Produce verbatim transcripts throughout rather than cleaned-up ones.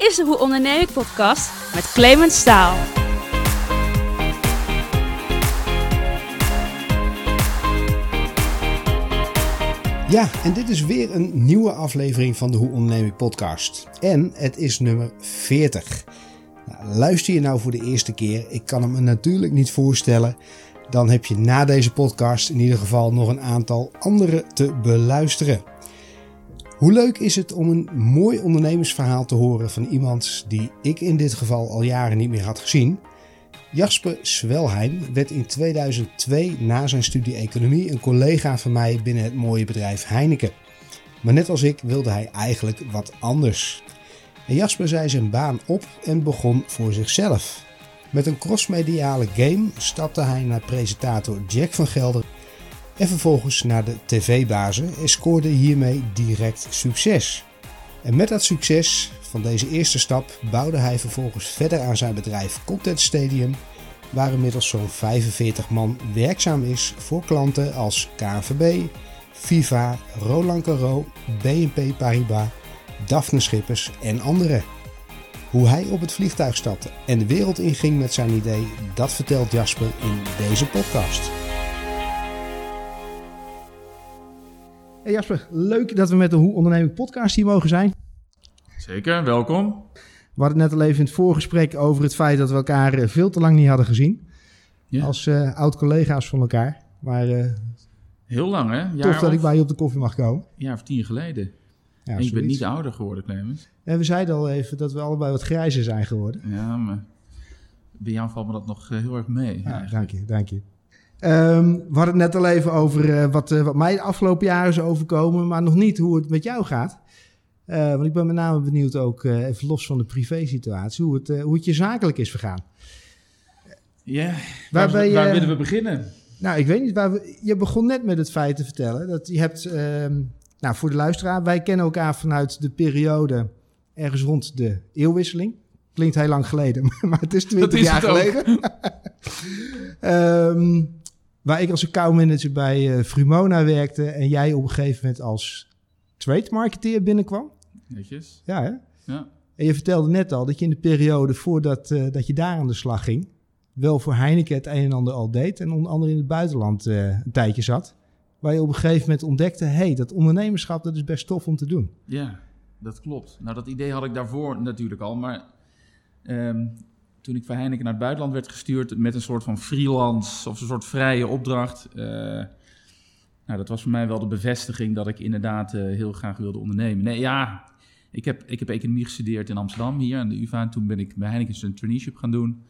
is de Hoe Onderneem ik podcast met Clemens Staal. Ja, en dit is weer een nieuwe aflevering van de Hoe Onderneem ik podcast. En het is nummer veertig. Nou, luister je nou voor de eerste keer? Ik kan het me natuurlijk niet voorstellen. Dan heb je na deze podcast in ieder geval nog een aantal andere te beluisteren. Hoe leuk is het om een mooi ondernemersverhaal te horen van iemand die ik in dit geval al jaren niet meer had gezien. Jasper Swelheim werd in tweeduizend twee na zijn studie economie een collega van mij binnen het mooie bedrijf Heineken. Maar net als ik wilde hij eigenlijk wat anders. En Jasper zei zijn baan op en begon voor zichzelf. Met een crossmediale game stapte hij naar presentator Jack van Gelder en vervolgens naar de tv-bazen en scoorde hiermee direct succes. En met dat succes van deze eerste stap bouwde hij vervolgens verder aan zijn bedrijf Content Stadium, waar inmiddels zo'n vijfenveertig man werkzaam is voor klanten als K N V B, FIFA, Roland Garros, B N P Paribas, Daphne Schippers en anderen. Hoe hij op het vliegtuig stapte en de wereld inging met zijn idee, dat vertelt Jasper in deze podcast. Hey Jasper, leuk dat we met de Hoe Onderneem ik podcast hier mogen zijn. Zeker, welkom. We hadden het net al even in het voorgesprek over het feit dat we elkaar veel te lang niet hadden gezien. Ja. Als uh, oud-collega's van elkaar. Maar uh, heel lang, hè? Jaar tof dat of, ik bij je op de koffie mag komen. Een jaar of tien geleden. Ja, en je bent niet ouder geworden, Clemens. En we zeiden al even dat we allebei wat grijzer zijn geworden. Ja, maar bij jou valt me dat nog uh, heel erg mee. Ja, dank je, dank je. Um, we hadden het net al even over uh, wat, uh, wat mij de afgelopen jaren is overkomen, maar nog niet hoe het met jou gaat. Uh, want ik ben met name benieuwd ook, uh, even los van de privé-situatie, hoe het, uh, hoe het je zakelijk is vergaan. Ja, yeah, waar, waar, je, waar willen we beginnen? Nou, ik weet niet. Waar we, je begon net met het feit te vertellen dat je hebt, uh, nou voor de luisteraar, wij kennen elkaar vanuit de periode ergens rond de eeuwwisseling. Klinkt heel lang geleden, maar het is twintig jaar geleden. um, waar ik als accountmanager bij uh, Frumona werkte en jij op een gegeven moment als trade marketeer binnenkwam. Netjes. Ja, hè? Ja. En je vertelde net al dat je in de periode voordat uh, dat je daar aan de slag ging, wel voor Heineken het een en ander al deed en onder andere in het buitenland uh, een tijdje zat. Waar je op een gegeven moment ontdekte, hé, hey, dat ondernemerschap, dat is best tof om te doen. Ja, dat klopt. Nou, dat idee had ik daarvoor natuurlijk al, maar um, toen ik voor Heineken naar het buitenland werd gestuurd met een soort van freelance of een soort vrije opdracht, uh, nou, dat was voor mij wel de bevestiging dat ik inderdaad uh, heel graag wilde ondernemen. Nee, ja, ik heb, ik heb economie gestudeerd in Amsterdam, hier aan de U vA. En toen ben ik bij Heineken een traineeship gaan doen.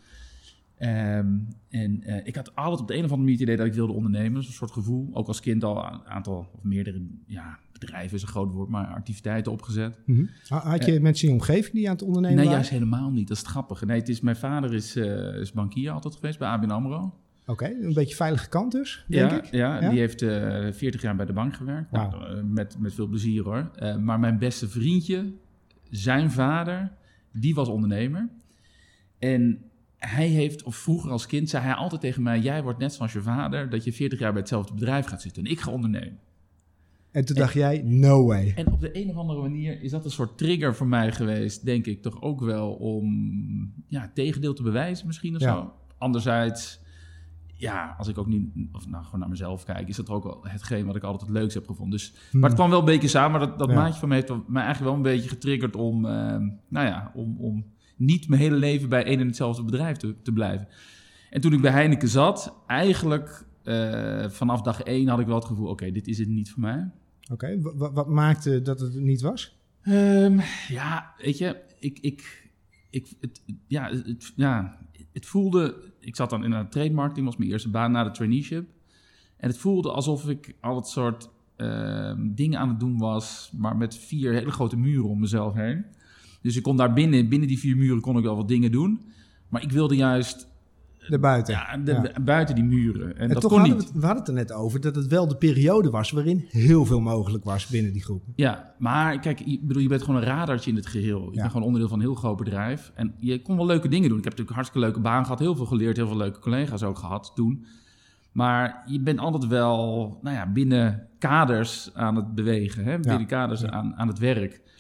Um, en uh, ik had altijd op de een of andere manier het idee dat ik wilde ondernemen. Dat is een soort gevoel. Ook als kind al een aantal of meerdere ja, bedrijven is een groot woord, maar activiteiten opgezet. Mm-hmm. Had je uh, mensen in je omgeving die aan het ondernemen nee, waren? Nee, juist helemaal niet. Dat is het grappige. Nee, het is, mijn vader is, uh, is bankier altijd geweest bij A B N AMRO. Oké, okay, een beetje veilige kant dus, denk ja, ik. Ja, ja, die heeft uh, veertig jaar bij de bank gewerkt. Wow. Nou, uh, met, met veel plezier hoor. Uh, maar mijn beste vriendje, zijn vader, die was ondernemer. En hij heeft, of vroeger als kind, zei hij altijd tegen mij, jij wordt net zoals je vader, dat je veertig jaar bij hetzelfde bedrijf gaat zitten. En ik ga ondernemen. En toen en, dacht jij, no way. En op de een of andere manier is dat een soort trigger voor mij geweest, denk ik, toch ook wel om ja, het tegendeel te bewijzen misschien of ja. zo. Anderzijds, ja, als ik ook niet, of nou gewoon naar mezelf kijk, is dat ook wel hetgeen wat ik altijd het leukst heb gevonden. Dus, hmm. Maar het kwam wel een beetje samen, maar dat, dat ja. maatje van mij heeft mij eigenlijk wel een beetje getriggerd om, uh, nou ja, om, om niet mijn hele leven bij één en hetzelfde bedrijf te, te blijven. En toen ik bij Heineken zat, eigenlijk uh, vanaf dag één had ik wel het gevoel, oké, okay, dit is het niet voor mij. Oké, okay, w- wat maakte dat het niet was? Um, ja, weet je, ik, ik, ik, het, ja, het, ja, het voelde, ik zat dan in een trade marketing, was mijn eerste baan na de traineeship. En het voelde alsof ik al het soort uh, dingen aan het doen was, maar met vier hele grote muren om mezelf heen. Dus ik kon daar binnen, binnen die vier muren kon ik wel wat dingen doen. Maar ik wilde juist Daarbuiten. Ja, de, ja. de, buiten die muren. En, en dat toch kon hadden niet. We, het, we hadden het er net over dat het wel de periode was waarin heel veel mogelijk was binnen die groep. Ja, maar kijk, je, bedoel, je bent gewoon een radartje in het geheel. Je ja. bent gewoon onderdeel van een heel groot bedrijf. En je kon wel leuke dingen doen. Ik heb natuurlijk een hartstikke leuke baan gehad. Heel veel geleerd, heel veel leuke collega's ook gehad toen. Maar je bent altijd wel nou ja, binnen kaders aan het bewegen. Hè? Binnen ja. kaders ja. aan, aan het werk.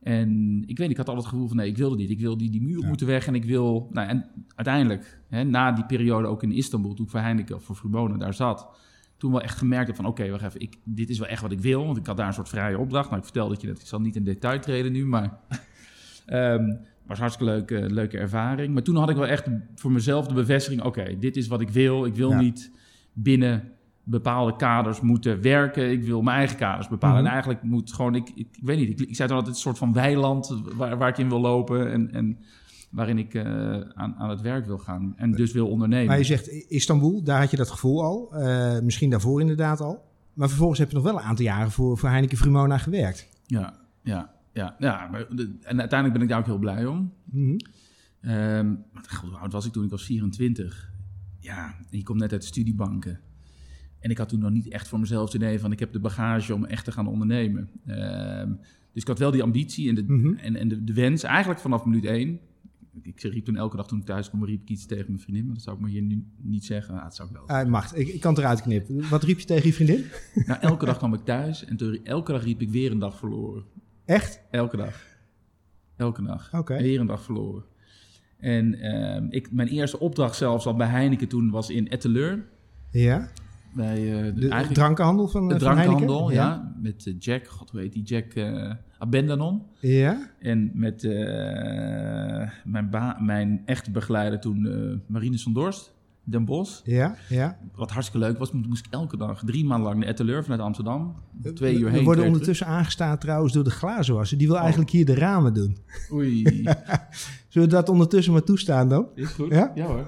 En ik weet niet, ik had altijd het gevoel van nee, ik wilde niet. Ik wil die, die muur ja. moeten weg en ik wil... Nou, en uiteindelijk, hè, na die periode ook in Istanbul, toen ik voor Heineken of voor Vrumona daar zat, toen wel echt gemerkt heb van oké, okay, wacht even, ik, dit is wel echt wat ik wil. Want ik had daar een soort vrije opdracht. Nou, ik vertelde je dat, ik zal niet in detail treden nu, maar... um, was een hartstikke leuke, leuke ervaring. Maar toen had ik wel echt voor mezelf de bevestiging, oké, okay, dit is wat ik wil. Ik wil ja. niet binnen bepaalde kaders moeten werken. Ik wil mijn eigen kaders bepalen. Mm-hmm. En eigenlijk moet gewoon, ik, ik, ik weet niet, ik, ik zei dan altijd een soort van weiland waar, waar ik in wil lopen en, en waarin ik uh, aan, aan het werk wil gaan en dus wil ondernemen. Maar je zegt Istanbul, daar had je dat gevoel al. Uh, misschien daarvoor inderdaad al. Maar vervolgens heb je nog wel een aantal jaren voor, voor Heineken Vrumona gewerkt. Ja, ja. Ja, ja maar de, en uiteindelijk ben ik daar ook heel blij om. Mm-hmm. Um, God, hoe oud was ik toen? Ik was vierentwintig. Ja, en je komt net uit de studiebanken. En ik had toen nog niet echt voor mezelf het idee van... ik heb de bagage om echt te gaan ondernemen. Um, dus ik had wel die ambitie en de, mm-hmm. en, en de, de wens. Eigenlijk vanaf minuut één. Ik riep toen elke dag toen ik thuis kwam... riep ik iets tegen mijn vriendin. Maar dat zou ik maar hier nu niet zeggen. Ah, dat zou ik wel. Uh, mag, ik, ik kan het eruit knippen. Wat riep je tegen je vriendin? Nou, elke dag kwam ik thuis. En toen, elke dag riep ik weer een dag verloren. Echt? Elke dag. Elke dag. Oké. Okay. Weer een dag verloren. En uh, ik, mijn eerste opdracht zelfs al bij Heineken toen was in Etteleur. Ja. Bij uh, de, de drankenhandel van, de van drankenhandel, Heineken? ja. ja. Met uh, Jack, god hoe heet die, Jack uh, Abendanon. Ja. En met uh, mijn, ba- mijn echte begeleider toen uh, Marines van Dorst, Den Bosch. Ja, ja. Wat hartstikke leuk was, moest ik elke dag drie maanden lang naar Etteleur vanuit Amsterdam. Twee uur heen. We worden ondertussen terug. aangestaan trouwens door de glazenwasser. Die wil oh. eigenlijk hier de ramen doen. Oei. Zullen we dat ondertussen maar toestaan dan? Is goed. Ja, ja hoor.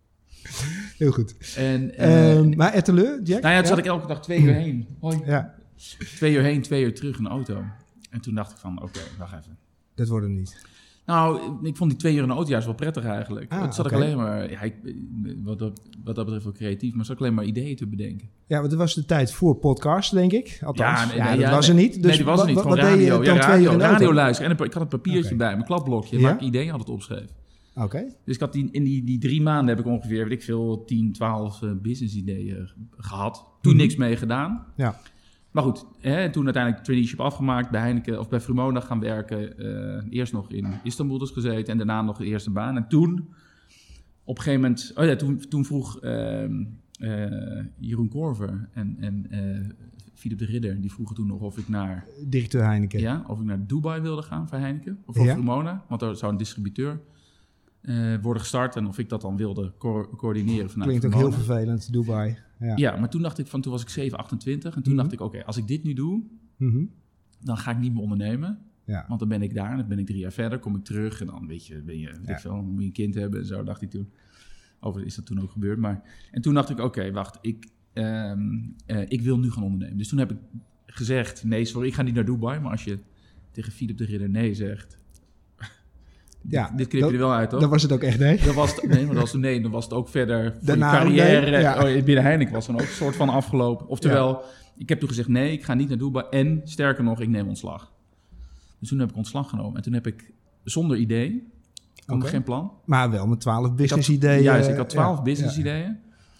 Heel goed. En, uh, um, maar Etteleur, Jack? Nou ja, toen zat ik elke dag twee uur heen. Hoi. Ja. Twee uur heen, twee uur terug in de auto. En toen dacht ik van, oké, okay, wacht even. Dat wordt hem niet. Nou, ik vond die twee uur in de auto juist wel prettig eigenlijk. Ah, Toen zat okay. ik alleen maar, ja, ik, wat, dat, wat dat betreft wel creatief, maar zat ik alleen maar ideeën te bedenken. Ja, want dat was de tijd voor podcast, denk ik. Althans, ja, nee, ja, nee, dat ja, was nee, er niet. Dus nee, die was er niet. Wat, Gewoon wat radio, deed je dan ja, twee radio, uur in de auto? radio luisteren. En ik had een papiertje okay. bij, mijn kladblokje, ja? waar ik ideeën altijd opschreef. Oké. Okay. Dus ik had die, in die, die drie maanden heb ik ongeveer, weet ik veel, tien, twaalf uh, business ideeën gehad. Toen mm-hmm. niks mee gedaan. Ja. Maar goed, hè, toen uiteindelijk traineeship afgemaakt bij Heineken of bij Vrumona gaan werken. Uh, eerst nog in Istanbul dus gezeten en daarna nog de eerste baan. En toen, op een gegeven moment, oh ja, toen, toen vroeg uh, uh, Jeroen Korver en, en uh, Philip de Ridder, die vroegen toen nog of ik naar... Directeur Heineken. Ja, of ik naar Dubai wilde gaan voor Heineken of voor ja? Vrumona. Want er zou een distributeur uh, worden gestart en of ik dat dan wilde co- coördineren vanuit Klinkt Vrumona. ook heel vervelend, Dubai. Ja. ja, maar toen dacht ik van, toen was ik zeven, achtentwintig en toen mm-hmm. dacht ik, oké, okay, als ik dit nu doe, mm-hmm. dan ga ik niet meer ondernemen. Ja. Want dan ben ik daar en dan ben ik drie jaar verder, kom ik terug en dan weet je, ben je, weet ja. ik veel, dan moet je een kind hebben en zo, dacht ik toen. Overigens is dat toen ook gebeurd, maar... En toen dacht ik, oké, okay, wacht, ik, um, uh, ik wil nu gaan ondernemen. Dus toen heb ik gezegd, nee, sorry, ik ga niet naar Dubai, maar als je tegen Philip de Ridder nee zegt... Ja, dit knip je er wel uit, toch? Dan was het ook echt nee. Dan was het, nee, maar dat was, nee, dan was het ook verder voor Daarna, je carrière. Nee, ja. oh, binnen Heineken was dan ook een soort van afgelopen. Oftewel, ja. ik heb toen gezegd, nee, ik ga niet naar Dubai. En sterker nog, ik neem ontslag. Dus toen heb ik ontslag genomen. En toen heb ik zonder idee, okay. geen plan. Maar wel met twaalf business ideeën. Juist, ik had twaalf ja, business ja. ideeën.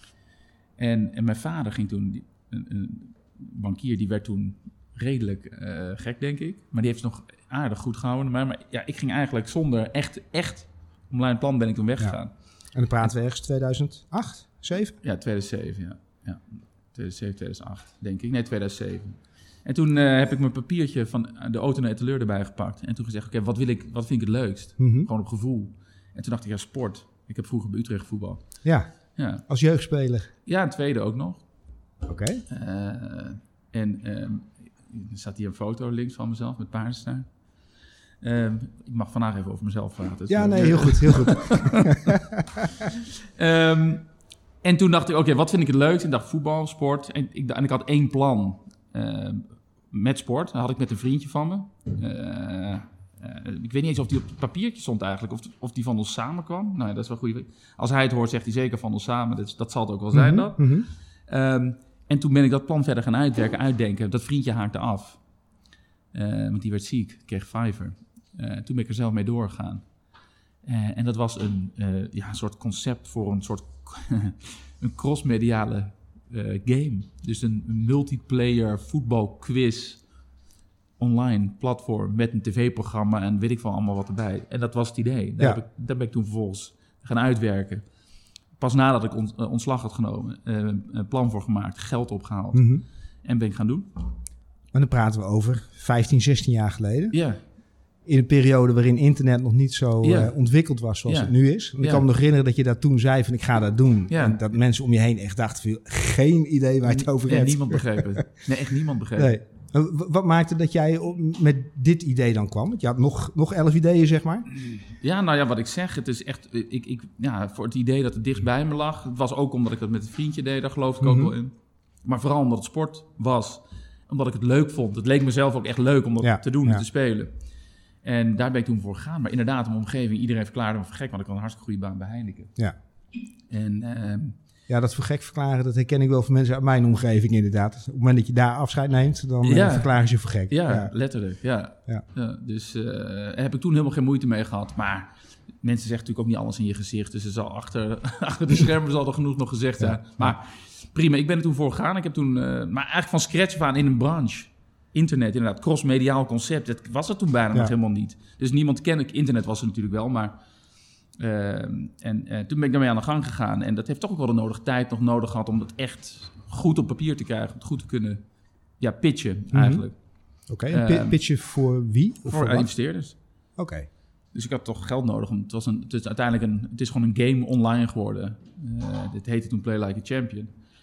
En, en mijn vader ging toen, die, een, een bankier, die werd toen redelijk uh, gek, denk ik. Maar die heeft het nog aardig goed gehouden. Maar, maar ja, ik ging eigenlijk zonder echt, echt omlijn plan ben ik toen weggegaan. Ja. En dan praten we ergens tweeduizend acht, zeven? Ja, tweeduizend zeven, ja. ja. tweeduizend zeven, tweeduizend acht, denk ik. Nee, tweeduizend zeven. En toen uh, heb ik mijn papiertje van de auto naar Etteleur erbij gepakt. En toen gezegd, oké, okay, wat wil ik, wat vind ik het leukst? Mm-hmm. Gewoon op gevoel. En toen dacht ik, ja, sport. Ik heb vroeger bij Utrecht voetbal. Ja, ja. Als jeugdspeler? Ja, een tweede ook nog. Oké. Okay. Uh, en um, er staat hier een foto links van mezelf met paardenstaart. Um, ik mag vandaag even over mezelf praten. Ja, nee, heel goed, heel goed. um, en toen dacht ik, oké, okay, wat vind ik het leukst? En dacht voetbal, sport. En ik, en ik had één plan uh, met sport. Dat had ik met een vriendje van me. Uh, uh, ik weet niet eens of die op het papiertje stond eigenlijk. Of, of die van ons samen kwam. Nou, dat is wel goed. Als hij het hoort, zegt hij zeker van ons samen. Dat, dat zal het ook wel zijn mm-hmm, dan. Mm-hmm. Um, en toen ben ik dat plan verder gaan uitwerken, uitdenken. Dat vriendje haakte af. Uh, want die werd ziek, kreeg Fiverr. Uh, toen ben ik er zelf mee doorgegaan. Uh, en dat was een, uh, ja, een soort concept voor een soort een crossmediale uh, game. Dus een multiplayer voetbalquiz online platform met een tv-programma en weet ik van allemaal wat erbij. En dat was het idee. Daar, Ja. heb ik, daar ben ik toen vervolgens gaan uitwerken. Pas nadat ik ont, uh, ontslag had genomen, uh, een plan voor gemaakt, geld opgehaald Mm-hmm. en ben ik gaan doen. Maar dan praten we over vijftien, zestien jaar geleden. Ja, In een periode waarin internet nog niet zo Ja. uh, ontwikkeld was zoals Ja. het nu is. Ik Ja. kan me nog herinneren dat je dat toen zei van ik ga dat doen. Ja. En dat mensen om je heen echt dachten van geen idee waar je het over nee, hebt. niemand begreep het. Nee, echt niemand begreep Nee. het. Uh, w- Wat maakte dat jij op- met dit idee dan kwam? Want je had nog, nog elf ideeën, zeg maar. Ja, nou ja, wat ik zeg, het is echt, ik, ik, ja, voor het idee dat het dicht bij me lag. Het was ook omdat ik dat met een vriendje deed, daar geloof ik Mhm. ook wel in. Maar vooral omdat het sport was, omdat ik het leuk vond. Het leek mezelf ook echt leuk om dat Ja, te doen, ja. te spelen. En daar ben ik toen voor gegaan. Maar inderdaad, in mijn omgeving, iedereen verklaarde me voor gek, want ik had een hartstikke goede baan bij Heineken. Ja. En ehm, Ja, dat voor gek verklaren, dat herken ik wel van mensen uit mijn omgeving inderdaad. Op het moment dat je daar afscheid neemt, dan eh, Ja. verklaren ze je voor gek. ja, letterlijk, ja. Ja. Ja, dus eh, daar heb ik toen helemaal geen moeite mee gehad. Maar mensen zeggen natuurlijk ook niet alles in je gezicht. Dus er zal achter, achter de schermen zal er genoeg nog gezegd zijn. Ja. Maar prima, ik ben er toen voor gegaan. Ik heb toen, uh, maar eigenlijk van scratch af aan in een branche. Internet, inderdaad, cross-mediaal concept. Dat was er toen bijna Ja. nog helemaal niet. Dus niemand kende, internet was er natuurlijk wel, maar... Uh, en uh, toen ben ik daarmee aan de gang gegaan. En dat heeft toch ook wel de nodige tijd nog nodig gehad... om het echt goed op papier te krijgen. Om het goed te kunnen ja, pitchen, Mhm. eigenlijk. Oké, en pi- Ehm, pitchen voor wie? Of Voor wat? investeerders. Oké. Dus ik had toch geld nodig. Om, het, was een, het is uiteindelijk een, het is gewoon een game online geworden. Uh, dit heette toen Play Like a Champion.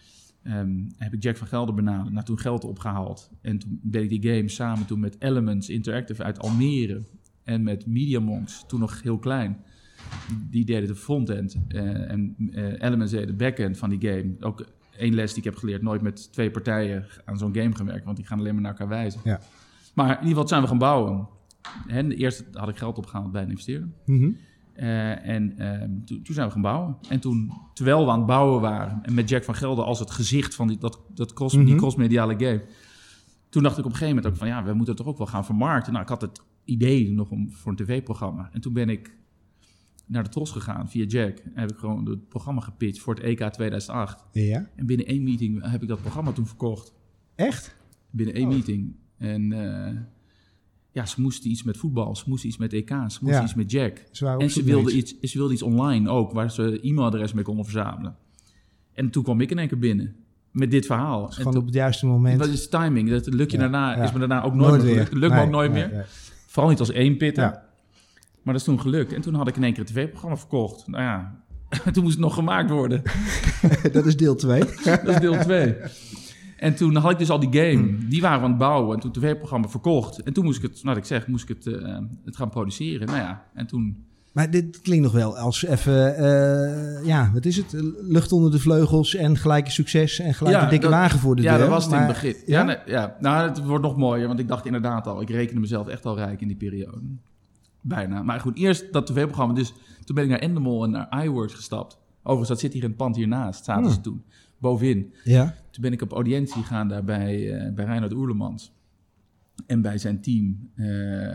Um, heb ik Jack van Gelder benaderd. Nou, toen geld opgehaald. En toen ben ik die game samen toen met Elements Interactive uit Almere. En met Media Monks, toen nog heel klein. Die deden de frontend. Uh, en uh, Elements deden de backend van die game. Ook één les die ik heb geleerd. Nooit met twee partijen aan zo'n game gewerkt. Want die gaan alleen maar naar elkaar wijzen. Ja. Maar in ieder geval zijn we gaan bouwen. En eerst had ik geld opgehaald bij een investeerder. Mm-hmm. Uh, en uh, to, toen zijn we gaan bouwen. En toen, terwijl we aan het bouwen waren... en met Jack van Gelder als het gezicht van die, dat, dat cross, Mm-hmm. die crossmediale game... toen dacht ik op een gegeven moment ook van... ja, we moeten het toch ook wel gaan vermarkten. Nou, ik had het idee nog om, voor een tv-programma. En toen ben ik naar de Tros gegaan via Jack. En heb ik gewoon het programma gepitcht voor het E K tweeduizend acht. Ja. En binnen één meeting heb ik dat programma toen verkocht. Echt? Binnen één Oh. meeting. En... Uh, ja, ze moesten iets met voetbal, ze moesten iets met E K, ze moesten Ja. iets met Jack. Ze waren op En ze zoek naar wilden, iets. iets, ze wilden iets online ook, waar ze e-mailadres mee konden verzamelen. En toen kwam ik in één keer binnen met dit verhaal. Dus En gewoon toen, op het juiste moment. dat is timing, dat lukt je Ja, daarna, ja. is me daarna ook nooit, meer gelukt. Lukt me Nee, ook nooit nee, meer. nee. Vooral niet als één pitter. Ja. Maar dat is toen gelukt. En toen had ik in één keer een tv-programma verkocht. Nou ja, toen moest het nog gemaakt worden. Dat is deel twee. Dat is deel twee. En toen had ik dus al die game, die waren we aan het bouwen. En toen het tv-programma verkocht. En toen moest ik het, nou wat ik zeg, moest ik het, uh, het gaan produceren. Nou ja, en toen... Maar dit klinkt nog wel als even, uh, ja, wat is het? Lucht onder de vleugels en gelijk een succes en gelijk Ja, een dikke dat- wagen voor de ja, deur. dat was het maar, in het begin. Ja, Ja? nee, ja, nou, het wordt nog mooier, want ik dacht inderdaad al, ik rekende mezelf echt al rijk in die periode. Bijna. Maar goed, eerst dat tv-programma. Dus toen ben ik naar Endemol en naar iWorks gestapt. Overigens, dat zit hier in het pand hiernaast, zaten Hmm. ze toen, bovenin. Ja. Toen ben ik op audiëntie gegaan daar bij, uh, bij Reinhard Oerlemans. En bij zijn team. Uh,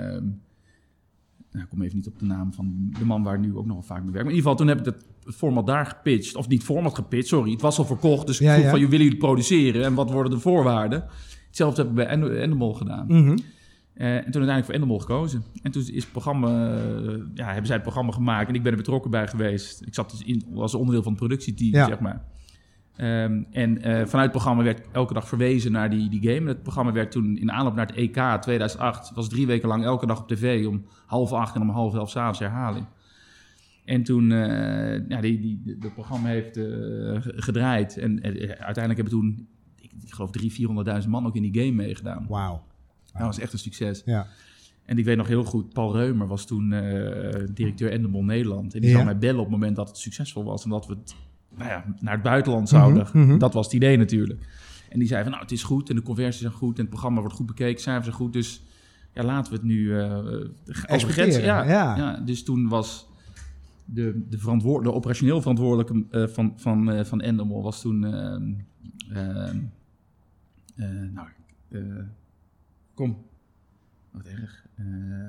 nou, ik kom even niet op de naam van de man waar ik nu ook nog wel vaak mee werk. Maar in ieder geval, toen heb ik dat format daar gepitcht. Of niet format gepitcht, sorry. Het was al verkocht. Dus ik Ja, vroeg ja. van, willen jullie produceren? En wat worden de voorwaarden? Hetzelfde heb ik bij End- Endemol gedaan. Mhm. Uh, en toen uiteindelijk voor Endemol gekozen. En toen is het programma, uh, ja, hebben zij het programma gemaakt. En ik ben er betrokken bij geweest. Ik zat dus in, was onderdeel van het productieteam, Ja. zeg maar. Um, en uh, vanuit het programma werd elke dag verwezen naar die, die game. Het programma werd toen in aanloop naar het E K tweeduizend acht... was drie weken lang elke dag op tv om half acht en om half elf 's avonds herhaling. En toen, uh, ja, die, die, het programma heeft uh, gedraaid. En uh, uiteindelijk hebben toen, ik, ik geloof, driehonderdduizend, vierhonderdduizend man ook in die game meegedaan. Wauw. Dat was echt een succes. Ja. En ik weet nog heel goed, Paul Reumer was toen uh, directeur Endemol Nederland. En die Ja. zou mij bellen op het moment dat het succesvol was. En dat we het, nou ja, naar het buitenland zouden. Mhm, mhm. Dat was het idee natuurlijk. En die zei van, nou, het is goed en de conversies zijn goed... en het programma wordt goed bekeken, cijfers zijn goed. Dus ja, laten we het nu uh, over grenzen. Ja, ja. ja, dus toen was de, de, verantwoord, de operationeel verantwoordelijke uh, van, van, uh, van Endemol... was toen... Uh, uh, uh, nou, uh, kom... Wat erg. Uh,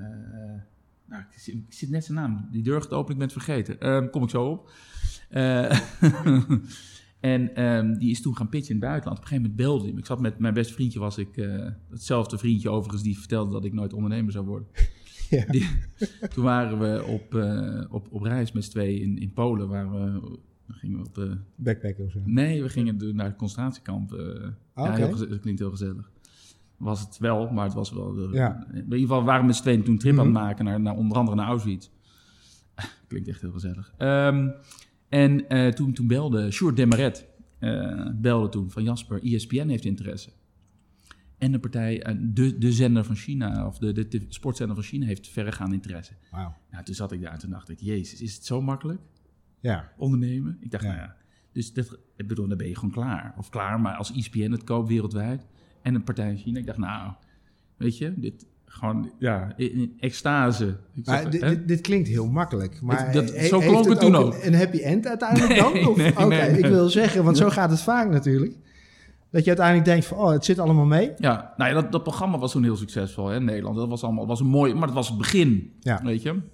nou, ik, zit, ik zit net zijn naam. Die deur gaat open, ik ben het vergeten. Uh, kom ik zo op. Uh, En um, die is toen gaan pitchen in het buitenland. Op een gegeven moment belde hij me. Ik zat met mijn beste vriendje, was ik uh, hetzelfde vriendje overigens, die vertelde dat ik nooit ondernemer zou worden. Ja. Die, toen waren we op, uh, op, op reis met z'n tweeën in, in Polen, waar we, we gingen op... Uh, Backpacken of zo? Nee, we gingen naar het concentratiekamp. Uh, oh, ja, okay. heel, dat klinkt heel gezellig. Was het wel, maar het was wel... Uh, ja. In ieder geval waren we met z'n tweeën toen een trip mm-hmm. aan het maken, naar, naar, onder andere naar Auschwitz. Klinkt echt heel gezellig. Um, en uh, toen, toen belde Sjoerd Demaret, uh, belde toen van Jasper, E S P N heeft interesse. En de partij, de, de zender van China, of de, de, de sportzender van China, heeft verregaand interesse. Wow. Nou, toen zat ik daar en toen dacht ik, jezus, is het zo makkelijk? Ja. Ondernemen? Ik dacht, ja. nou ja, dus dat, ik bedoel, dan ben je gewoon klaar. Of klaar, maar als E S P N het koopt wereldwijd en een partij in China, ik dacht, nou, weet je, dit gewoon, ja, in, in extase. Ik maar zeg, dit, dit, dit klinkt heel makkelijk, maar het, dat, he, zo klonk het toen ook. Een, een happy end uiteindelijk dan? Nee, nee, Oké, okay, nee. ik wil zeggen, want zo gaat het vaak natuurlijk. Dat je uiteindelijk denkt van, oh, het zit allemaal mee. Ja, nou ja, dat, dat programma was toen heel succesvol hè, in Nederland. Dat was allemaal, was een mooi, maar dat was het begin, ja. weet je. Uh,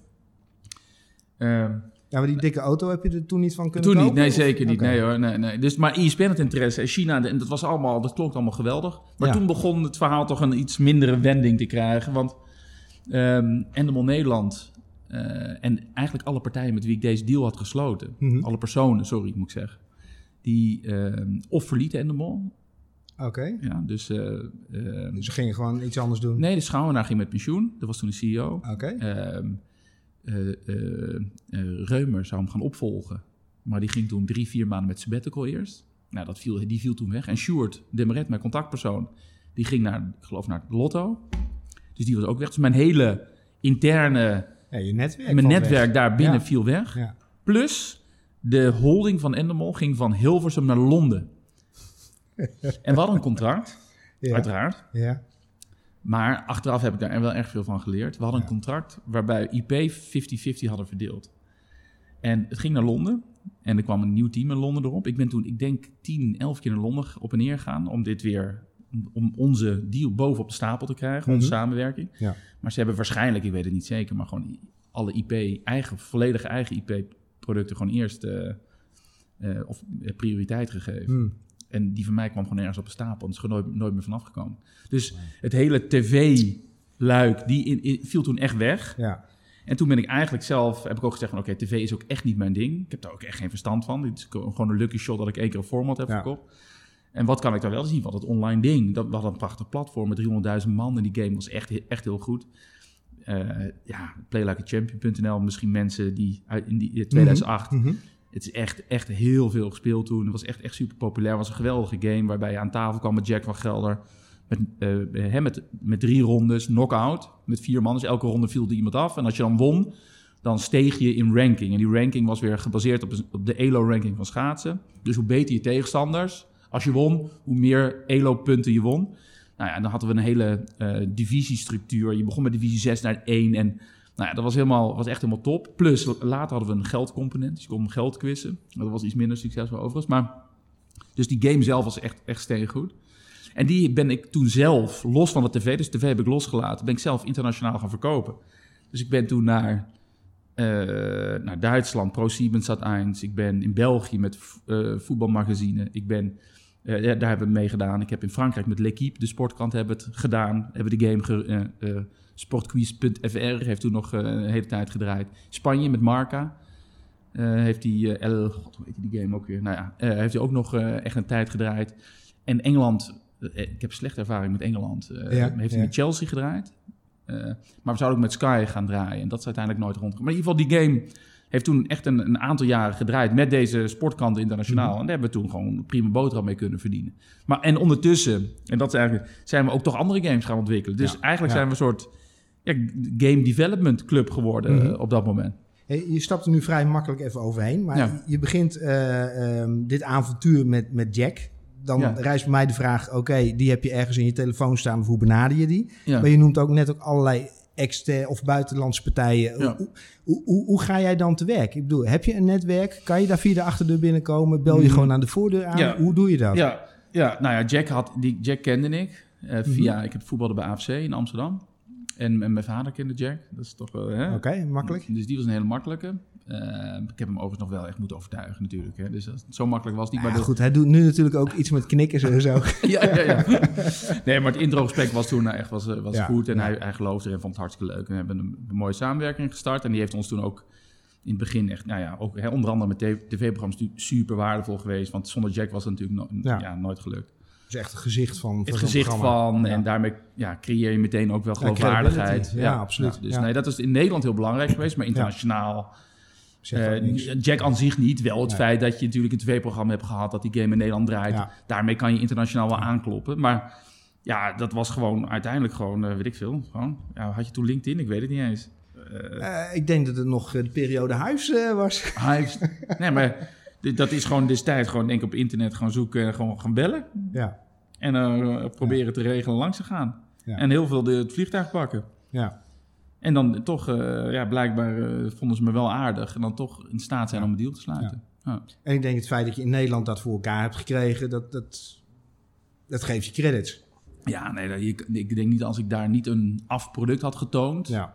ja, maar die dikke auto heb je er toen niet van kunnen toen kopen? Toen niet, nee, of? zeker niet. Okay. Nee hoor, nee, nee. Dus, maar E S P N had interesse en China, en dat was allemaal, dat klonk allemaal geweldig. Maar ja. toen begon het verhaal toch een iets mindere wending te krijgen, want um, Endemol Nederland uh, en eigenlijk alle partijen met wie ik deze deal had gesloten, mm-hmm. alle personen, sorry, moet ik zeggen, die uh, of verlieten Endemol. Oké. Okay. Ja, dus, uh, uh, dus ze gingen gewoon iets anders doen? Nee, de Schouwenaar ging met pensioen. Dat was toen de C E O. Oké. Okay. Uh, uh, uh, uh, Reumer zou hem gaan opvolgen. Maar die ging toen drie, vier maanden met sabbatical eerst. Nou, dat viel, die viel toen weg. En Sjoerd Demaret, mijn contactpersoon, die ging naar, ik geloof naar het Lotto. Dus die was ook weg. Dus mijn hele interne... Ja, je netwerk Mijn netwerk weg. daar binnen ja. viel weg. Ja. Plus, de holding van Endemol ging van Hilversum naar Londen. En we hadden een contract, ja. uiteraard. Ja. Maar achteraf heb ik daar wel erg veel van geleerd. We hadden ja. een contract waarbij I P vijftig vijftig hadden verdeeld. En het ging naar Londen. En er kwam een nieuw team in Londen erop. Ik ben toen, ik denk, tien, elf keer naar Londen op en neer gegaan. Om dit weer, om onze deal bovenop de stapel te krijgen. Mm-hmm. Onze samenwerking. Ja. Maar ze hebben waarschijnlijk, ik weet het niet zeker, maar gewoon alle I P, eigen, volledige eigen I P-producten gewoon eerst uh, uh, of prioriteit gegeven. Mm. En die van mij kwam gewoon ergens op een stapel. En is er nooit, nooit meer vanaf gekomen. Dus wow. het hele tv-luik, die in, in, viel toen echt weg. Ja. En toen ben ik eigenlijk zelf, heb ik ook gezegd van oké, okay, tv is ook echt niet mijn ding. Ik heb daar ook echt geen verstand van. Het is gewoon een lucky shot dat ik één keer een format heb ja. verkocht. En wat kan ik daar wel zien? Want het online ding, dat, we hadden een prachtig platform met driehonderdduizend man. En die game was echt, echt heel goed. Uh, ja, playlikeachampion punt n l, misschien mensen die uit in die tweeduizend acht... Mm-hmm. Het is echt, echt heel veel gespeeld toen. Het was echt, echt super populair. Het was een geweldige game waarbij je aan tafel kwam met Jack van Gelder. Met, uh, hem met, met drie rondes, knock-out. Met vier man. Dus elke ronde viel er iemand af. En als je dan won, dan steeg je in ranking. En die ranking was weer gebaseerd op, op de E L O-ranking van schaatsen. Dus hoe beter je tegenstanders. Als je won, hoe meer E L O-punten je won. Nou ja, en dan hadden we een hele uh, divisiestructuur. Je begon met divisie zes naar één en... Nou ja, dat was, helemaal, was echt helemaal top. Plus, later hadden we een geldcomponent. Dus je kon geld quizzen. Dat was iets minder succesvol overigens. Maar, dus die game zelf was echt, echt steengoed. En die ben ik toen zelf, los van de tv, dus de tv heb ik losgelaten, ben ik zelf internationaal gaan verkopen. Dus ik ben toen naar, uh, naar Duitsland, ProSieben Sat één. Ik ben in België met uh, voetbalmagazine. Ik ben, uh, ja, daar hebben we mee gedaan. Ik heb in Frankrijk met L'Équipe, de sportkrant, hebben we het gedaan. Hebben we de game... Ge, uh, uh, Sportquiz punt f r heeft toen nog uh, een hele tijd gedraaid. Spanje met Marca. Uh, heeft die, uh, El, God, hoe heet die game ook weer? Nou ja, uh, heeft hij ook nog uh, echt een tijd gedraaid. En Engeland, uh, ik heb slechte ervaring met Engeland. Uh, ja, heeft hij ja. met Chelsea gedraaid. Uh, maar we zouden ook met Sky gaan draaien. En dat is uiteindelijk nooit rondgekomen. Maar in ieder geval, die game heeft toen echt een, een aantal jaren gedraaid met deze sportkanten internationaal. Mm-hmm. En daar hebben we toen gewoon prima boterham mee kunnen verdienen. Maar, en ondertussen, en dat is eigenlijk, zijn we ook toch andere games gaan ontwikkelen. Dus ja, eigenlijk ja. zijn we een soort... Ja, game development club geworden mm-hmm. uh, op dat moment. Hey, je stapt er nu vrij makkelijk even overheen. Maar ja. je begint uh, um, dit avontuur met, met Jack. Dan ja. rijst bij mij de vraag... Oké, okay, die heb je ergens in je telefoon staan. Of hoe benader je die? Ja. Maar je noemt ook net ook allerlei externe of buitenlandse partijen. Ja. Hoe, hoe, hoe, hoe ga jij dan te werk? Ik bedoel, heb je een netwerk? Kan je daar via de achterdeur binnenkomen? Bel je mm. gewoon aan de voordeur aan? Ja. Hoe doe je dat? Ja, ja nou ja, Jack, had, die, Jack kende ik. Uh, via, mm-hmm. Ik heb voetbalde bij A F C in Amsterdam. En, en mijn vader kende Jack. Dat is toch wel... Oké, okay, makkelijk. Dus die was een hele makkelijke. Uh, ik heb hem overigens nog wel echt moeten overtuigen natuurlijk. Hè. Dus dat, zo makkelijk was het niet. Ja, maar de... goed, hij doet nu natuurlijk ook iets met knikkers en zo. ja, ja, ja. Nee, maar het introgesprek was toen echt was, was ja, goed. En ja. hij, hij geloofde en vond het hartstikke leuk. We hebben een, een mooie samenwerking gestart. En die heeft ons toen ook in het begin echt, nou ja, ook hè, onder andere met tv-programma's natuurlijk super waardevol geweest. Want zonder Jack was het natuurlijk no- ja. Ja, nooit gelukt. Het is echt het gezicht van, van het gezicht van ja. En daarmee ja, creëer je meteen ook wel geloofwaardigheid. Ja, ja, ja, absoluut. Ja, dus ja. nee, dat is in Nederland heel belangrijk geweest, maar internationaal... Ja. Uh, Jack aan zich niet. Wel het nee. feit dat je natuurlijk een tv-programma hebt gehad... dat die game in Nederland draait. Ja. Daarmee kan je internationaal wel aankloppen. Maar ja, dat was gewoon uiteindelijk gewoon, uh, weet ik veel. Gewoon, ja, had je toen LinkedIn? Ik weet het niet eens. Uh, uh, ik denk dat het nog de periode Hives uh, was. Hives. Nee, maar dat is gewoon destijds gewoon denk ik op internet gaan zoeken en gewoon gaan bellen. Ja. En uh, proberen ja. te regelen langs te gaan. Ja. En heel veel de, het vliegtuig pakken. Ja. En dan toch, uh, ja, blijkbaar uh, vonden ze me wel aardig. En dan toch in staat zijn ja. om een deal te sluiten. Ja. Ja. En ik denk het feit dat je in Nederland dat voor elkaar hebt gekregen, dat, dat, dat geeft je credits. Ja, nee, dat, ik, ik denk niet als ik daar niet een afproduct had getoond. Ja.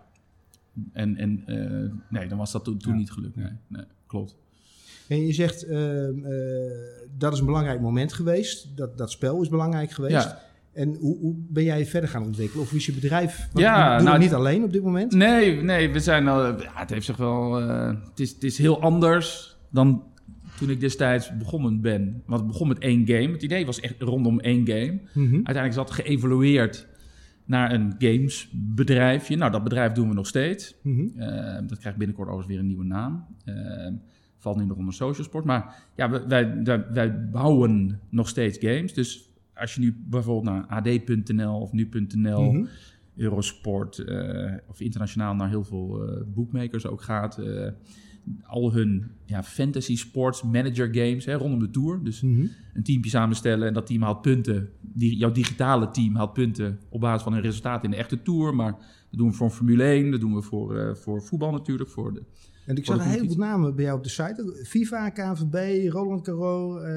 En, en uh, nee, dan was dat to, toen ja. niet gelukt. Nee, nee, klopt. En je zegt, uh, uh, dat is een belangrijk moment geweest. Dat, dat spel is belangrijk geweest. Ja. En hoe, hoe ben jij verder gaan ontwikkelen? Of is je bedrijf... Want ja, doe nou, je niet alleen op dit moment? Nee, nee we zijn al... Ja, het heeft zich wel... Uh, het, is, het is heel anders dan toen ik destijds begonnen ben. Want het begon met één game. Het idee was echt rondom één game. Mm-hmm. Uiteindelijk is dat geëvolueerd naar een gamesbedrijfje. Nou, dat bedrijf doen we nog steeds. Mm-hmm. Uh, dat krijgt binnenkort overigens weer een nieuwe naam. Uh, valt nu nog onder Social Sport. Maar ja, wij, wij, wij bouwen nog steeds games. Dus als je nu bijvoorbeeld naar a d punt n l of nu punt n l, mm-hmm. Eurosport uh, of internationaal naar heel veel uh, bookmakers ook gaat... Uh, al hun ja, fantasy sports manager games hè, rondom de Tour. Dus mm-hmm. een teampje samenstellen en dat team haalt punten. Die, jouw digitale team haalt punten op basis van hun resultaten in de echte Tour. Maar dat doen we voor Formule één, dat doen we voor, uh, voor voetbal natuurlijk. Voor de, en ik zag een heleboel namen bij jou op de site. FIFA, K N V B, Roland Garros, uh,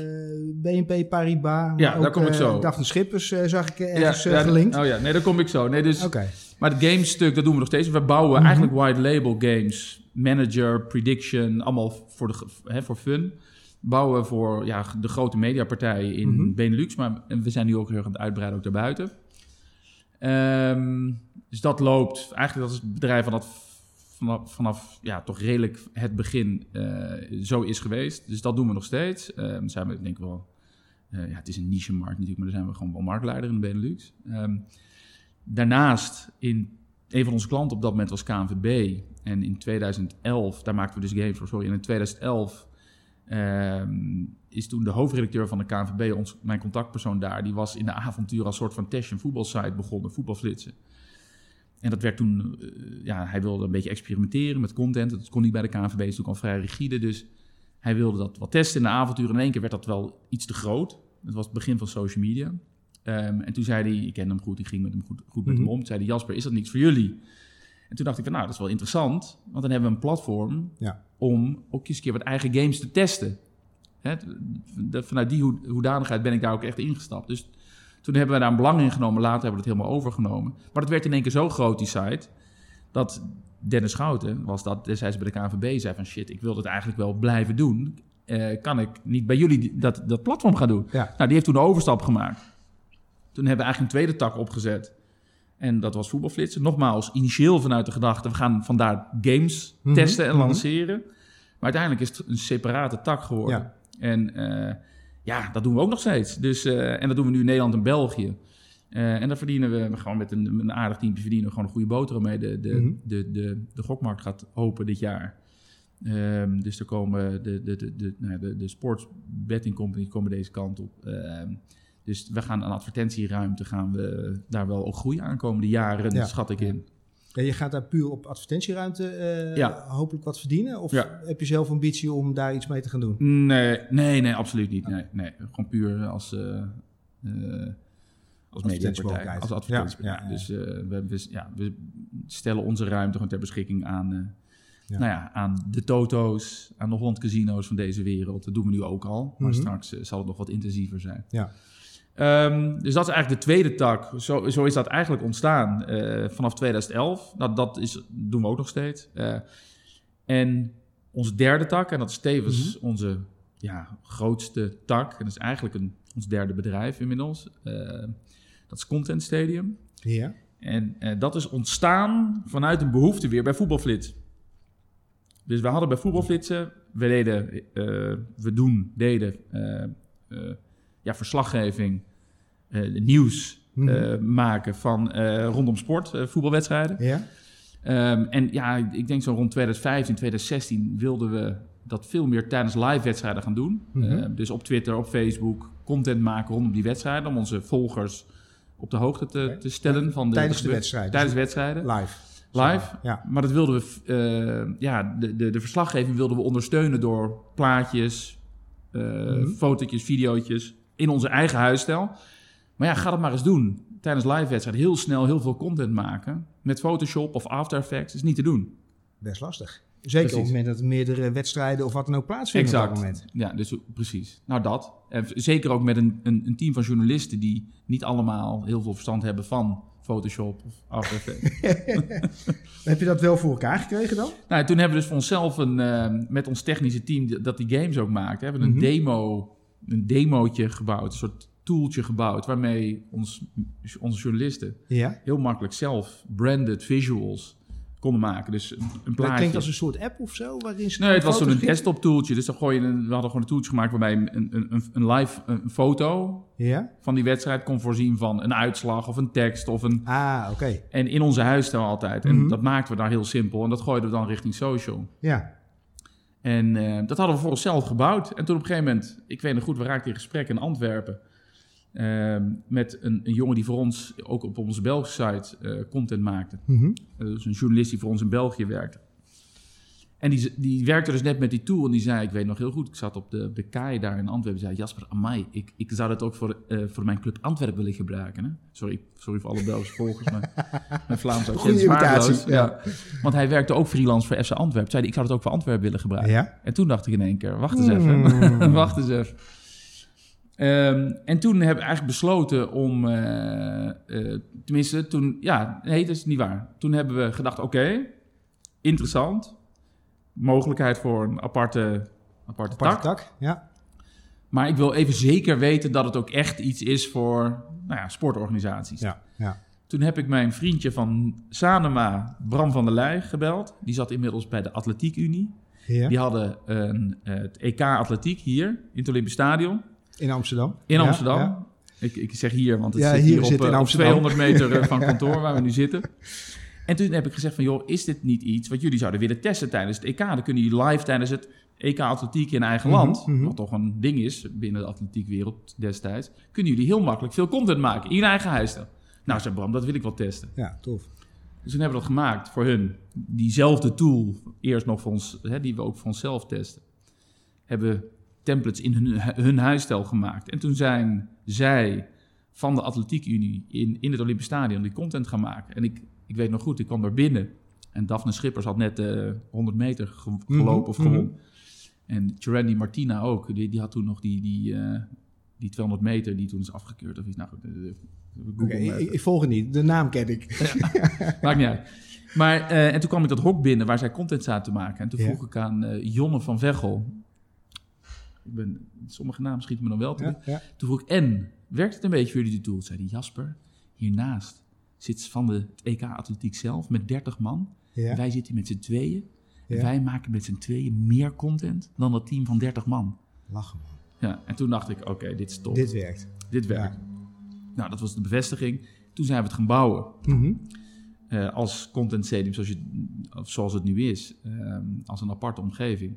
B N P Paribas. Ja, ook, daar kom ik uh, zo. Daphne Schippers uh, zag ik ergens ja, uh, ja, gelinkt. Oh ja, nee, daar kom ik zo. Nee, dus, okay. Maar het gamestuk, dat doen we nog steeds. We bouwen mm-hmm. eigenlijk white label games. Manager, prediction, allemaal voor, de, hè, voor fun. Bouwen voor ja, de grote mediapartijen in mm-hmm. Benelux. Maar we zijn nu ook heel erg aan het uitbreiden, ook daarbuiten. Um, dus dat loopt. Eigenlijk dat is het bedrijf van dat vanaf, vanaf ja, toch redelijk het begin uh, zo is geweest. Dus dat doen we nog steeds. Uh, zijn we denk ik wel... Uh, ja, het is een niche-markt natuurlijk, maar dan zijn we gewoon wel marktleider in de Benelux. Um, daarnaast, in een van onze klanten op dat moment was K N V B. En in tweeduizend elf, daar maakten we dus games voor, sorry. En in tweeduizend elf um, is toen de hoofdredacteur van de K N V B, ons, mijn contactpersoon daar, die was in de avontuur als soort van test- en voetbalsite begonnen, voetbalflitsen. En dat werd toen, uh, ja, hij wilde een beetje experimenteren met content. Dat kon niet bij de K N V B, is natuurlijk al vrij rigide. Dus hij wilde dat wat testen in de avontuur. En in één keer werd dat wel iets te groot. Dat was het begin van social media. Um, en toen zei hij, ik kende hem goed, ik ging met hem goed, goed met mm-hmm. hem om. Toen zei hij, Jasper, is dat niks voor jullie? En toen dacht ik van, nou, dat is wel interessant. Want dan hebben we een platform ja. om ook eens een keer wat eigen games te testen. Hè, de, vanuit die ho- hoedanigheid ben ik daar ook echt ingestapt. Dus toen hebben we daar een belang in genomen. Later hebben we het helemaal overgenomen. Maar dat werd in één keer zo groot, die site, dat Dennis Schouten was dat destijds bij de K N V B zei van, shit, ik wil dit eigenlijk wel blijven doen. Uh, kan ik niet bij jullie die, dat, dat platform gaan doen? Ja. Nou, die heeft toen de overstap gemaakt. Toen hebben we eigenlijk een tweede tak opgezet. En dat was voetbalflitsen. Nogmaals, initieel vanuit de gedachte, we gaan vandaar games mm-hmm. testen en mm-hmm. lanceren. Maar uiteindelijk is het een separate tak geworden. Ja. En uh, ja, dat doen we ook nog steeds. Dus, uh, en dat doen we nu in Nederland en België. Uh, en daar verdienen we gewoon met een, een aardig teampje verdienen we gewoon een goede boterham mee. De, de, mm-hmm. de, de, de gokmarkt gaat open dit jaar. Um, dus er komen de, de, de, de, nou, de, de sports betting companies komen deze kant op. Um, dus we gaan aan advertentieruimte gaan we daar wel ook groeien aankomende jaren, ja. schat ik in. Ja, je gaat daar puur op advertentieruimte uh, ja. hopelijk wat verdienen? Of ja. heb je zelf ambitie om daar iets mee te gaan doen? Nee, nee, nee absoluut niet. Nee, nee. Gewoon puur als, uh, uh, als mediapartij, als advertentiepartij. Ja, ja, ja. Dus uh, we, we, ja, we stellen onze ruimte gewoon ter beschikking aan... Uh, Ja. Nou ja, aan de Toto's, aan de Holland Casino's van deze wereld. Dat doen we nu ook al, maar mm-hmm. straks uh, zal het nog wat intensiever zijn. Ja. Um, dus dat is eigenlijk de tweede tak. Zo, zo is dat eigenlijk ontstaan uh, vanaf tweeduizend elf. Nou, dat is, doen we ook nog steeds. Uh, en onze derde tak, en dat is tevens Mm-hmm. onze ja, grootste tak. En dat is eigenlijk een, ons derde bedrijf inmiddels. Uh, dat is Content Stadium. Ja. En uh, dat is ontstaan vanuit een behoefte weer bij Voetbalflits. Dus we hadden bij Voetbalflitsen, we deden, uh, we doen, deden uh, uh, ja, verslaggeving, uh, nieuws Mm-hmm. uh, maken van uh, rondom sport, uh, voetbalwedstrijden. Ja. Um, en ja, ik denk zo rond twintig vijftien, twintig zestien wilden we dat veel meer tijdens live wedstrijden gaan doen. Mm-hmm. Uh, dus op Twitter, op Facebook, content maken rondom die wedstrijden, om onze volgers op de hoogte te, Okay. te stellen. Van de, Tijdens de de wedstrijden. Tijdens de wedstrijden. Live. Live. Ja. Maar dat wilden we, uh, ja, de, de, de verslaggeving wilden we ondersteunen door plaatjes, uh, Mm-hmm. fotootjes, videootjes in onze eigen huisstijl. Maar ja, ga dat maar eens doen. Tijdens live wedstrijden heel snel heel veel content maken. Met Photoshop of After Effects is niet te doen. Best lastig. Zeker Precies. op het moment dat er meerdere wedstrijden of wat dan ook plaatsvinden Exact. op dat moment. Ja, dus precies. Nou dat. En zeker ook met een, een, een team van journalisten die niet allemaal heel veel verstand hebben van Photoshop of After Effects. Heb je dat wel voor elkaar gekregen dan? Nou, toen hebben we dus voor onszelf een, uh, met ons technische team dat die games ook maakt, hebben we een Mm-hmm. demo, een demootje gebouwd, een soort tooltje gebouwd waarmee ons, onze journalisten Ja. heel makkelijk zelf branded visuals konden maken. Dus een, een Dat plaatje. klinkt als een soort app of zo? Waarin ze Nee, het was foto's zo'n een gieten? desktop tooltje. Dus dan gooi je een, we hadden gewoon een tooltje gemaakt waarbij een, een, een, een live een foto Ja? van die wedstrijd kon voorzien van een uitslag of een tekst of een... Ah, oké. En in onze huisstijl altijd. En Mhm. dat maakten we daar heel simpel. En dat gooiden we dan richting social. Ja. En uh, dat hadden we voor onszelf gebouwd. En toen op een gegeven moment, ik weet nog goed, we raakten in gesprek in Antwerpen. Uh, met een, een jongen die voor ons, ook op onze Belgische site, uh, content maakte. Mhm. Uh, dus een journalist die voor ons in België werkte. En die, die werkte dus net met die tool en die zei, ik weet nog heel goed, ik zat op de, de kaai daar in Antwerpen, zei Jasper, amai, ik, ik zou dat ook voor, uh, voor mijn club Antwerpen willen gebruiken. Hè? Sorry, sorry voor alle Belgische volgers, maar mijn Vlaams accent is waardeloos. Ja. Want hij werkte ook freelance voor F C Antwerpen. Zei hij, ik zou dat ook voor Antwerpen willen gebruiken. Ja? En toen dacht ik in één keer, wacht eens even, Mm. wacht eens even. Um, en toen hebben we eigenlijk besloten om, uh, uh, tenminste, toen, ja, nee, dat is niet waar. Toen hebben we gedacht, oké, okay, interessant, mogelijkheid voor een aparte, aparte, Aparte tak. tak, ja. Maar ik wil even zeker weten dat het ook echt iets is voor, nou ja, sportorganisaties. Ja, ja. Toen heb ik mijn vriendje van Sanema, Bram van der Leij, gebeld. Die zat inmiddels bij de Atletiek Unie. Ja. Die hadden een, uh, het E K Atletiek hier in het Olympisch Stadion. In Amsterdam. In Ja, Amsterdam. ja. Ik, ik zeg hier, want het Ja, zit hier hier, zit op, in uh, op Amsterdam. tweehonderd meter uh, van kantoor waar we nu zitten. En toen heb ik gezegd van, joh, is dit niet iets wat jullie zouden willen testen tijdens het E K? Dan kunnen jullie live tijdens het E K Atletiek in eigen Mm-hmm, land, mm-hmm. wat toch een ding is binnen de atletiekwereld destijds, kunnen jullie heel makkelijk veel content maken in je eigen huisstijl. Nou, zei Bram, dat wil ik wel testen. Ja, tof. Dus toen hebben we dat gemaakt voor hun. Diezelfde tool, eerst nog voor ons, hè, die we ook voor onszelf testen, hebben templates in hun, hun huisstijl gemaakt. En toen zijn zij van de Atletiek Unie in, in het Olympisch Stadion die content gaan maken. En ik, ik weet nog goed, ik kwam daar binnen en Daphne Schippers had net uh, honderd meter ge- gelopen Mm-hmm, of gewonnen. Mm-hmm. En Tjerandi Martina ook, die, die had toen nog die, die, uh, die tweehonderd meter die toen is afgekeurd. Of iets. Nou goed, uh, Okay, ik, ik volg het niet, de naam ken ik. Ja, maakt niet uit. Maar, uh, en toen kwam ik dat hok binnen waar zij content zaten te maken. En toen Ja. vroeg ik aan uh, Jonne van Veghel. Ik ben, sommige namen schieten me dan wel te Ja, ja. Toen vroeg ik, en, werkt het een beetje voor jullie de tool? Zei die Jasper, hiernaast zit van de het E K Atletiek zelf met dertig man. Ja. Wij zitten met z'n tweeën. Ja. Wij maken met z'n tweeën meer content dan dat team van dertig man. Lachen man. Ja, en toen dacht ik, oké, okay, dit is top. Dit werkt. Dit werkt. Ja. Nou, dat was de bevestiging. Toen zijn we het gaan bouwen. Mm-hmm. Uh, als content stadium zoals, je, zoals het nu is. Um, als een aparte omgeving.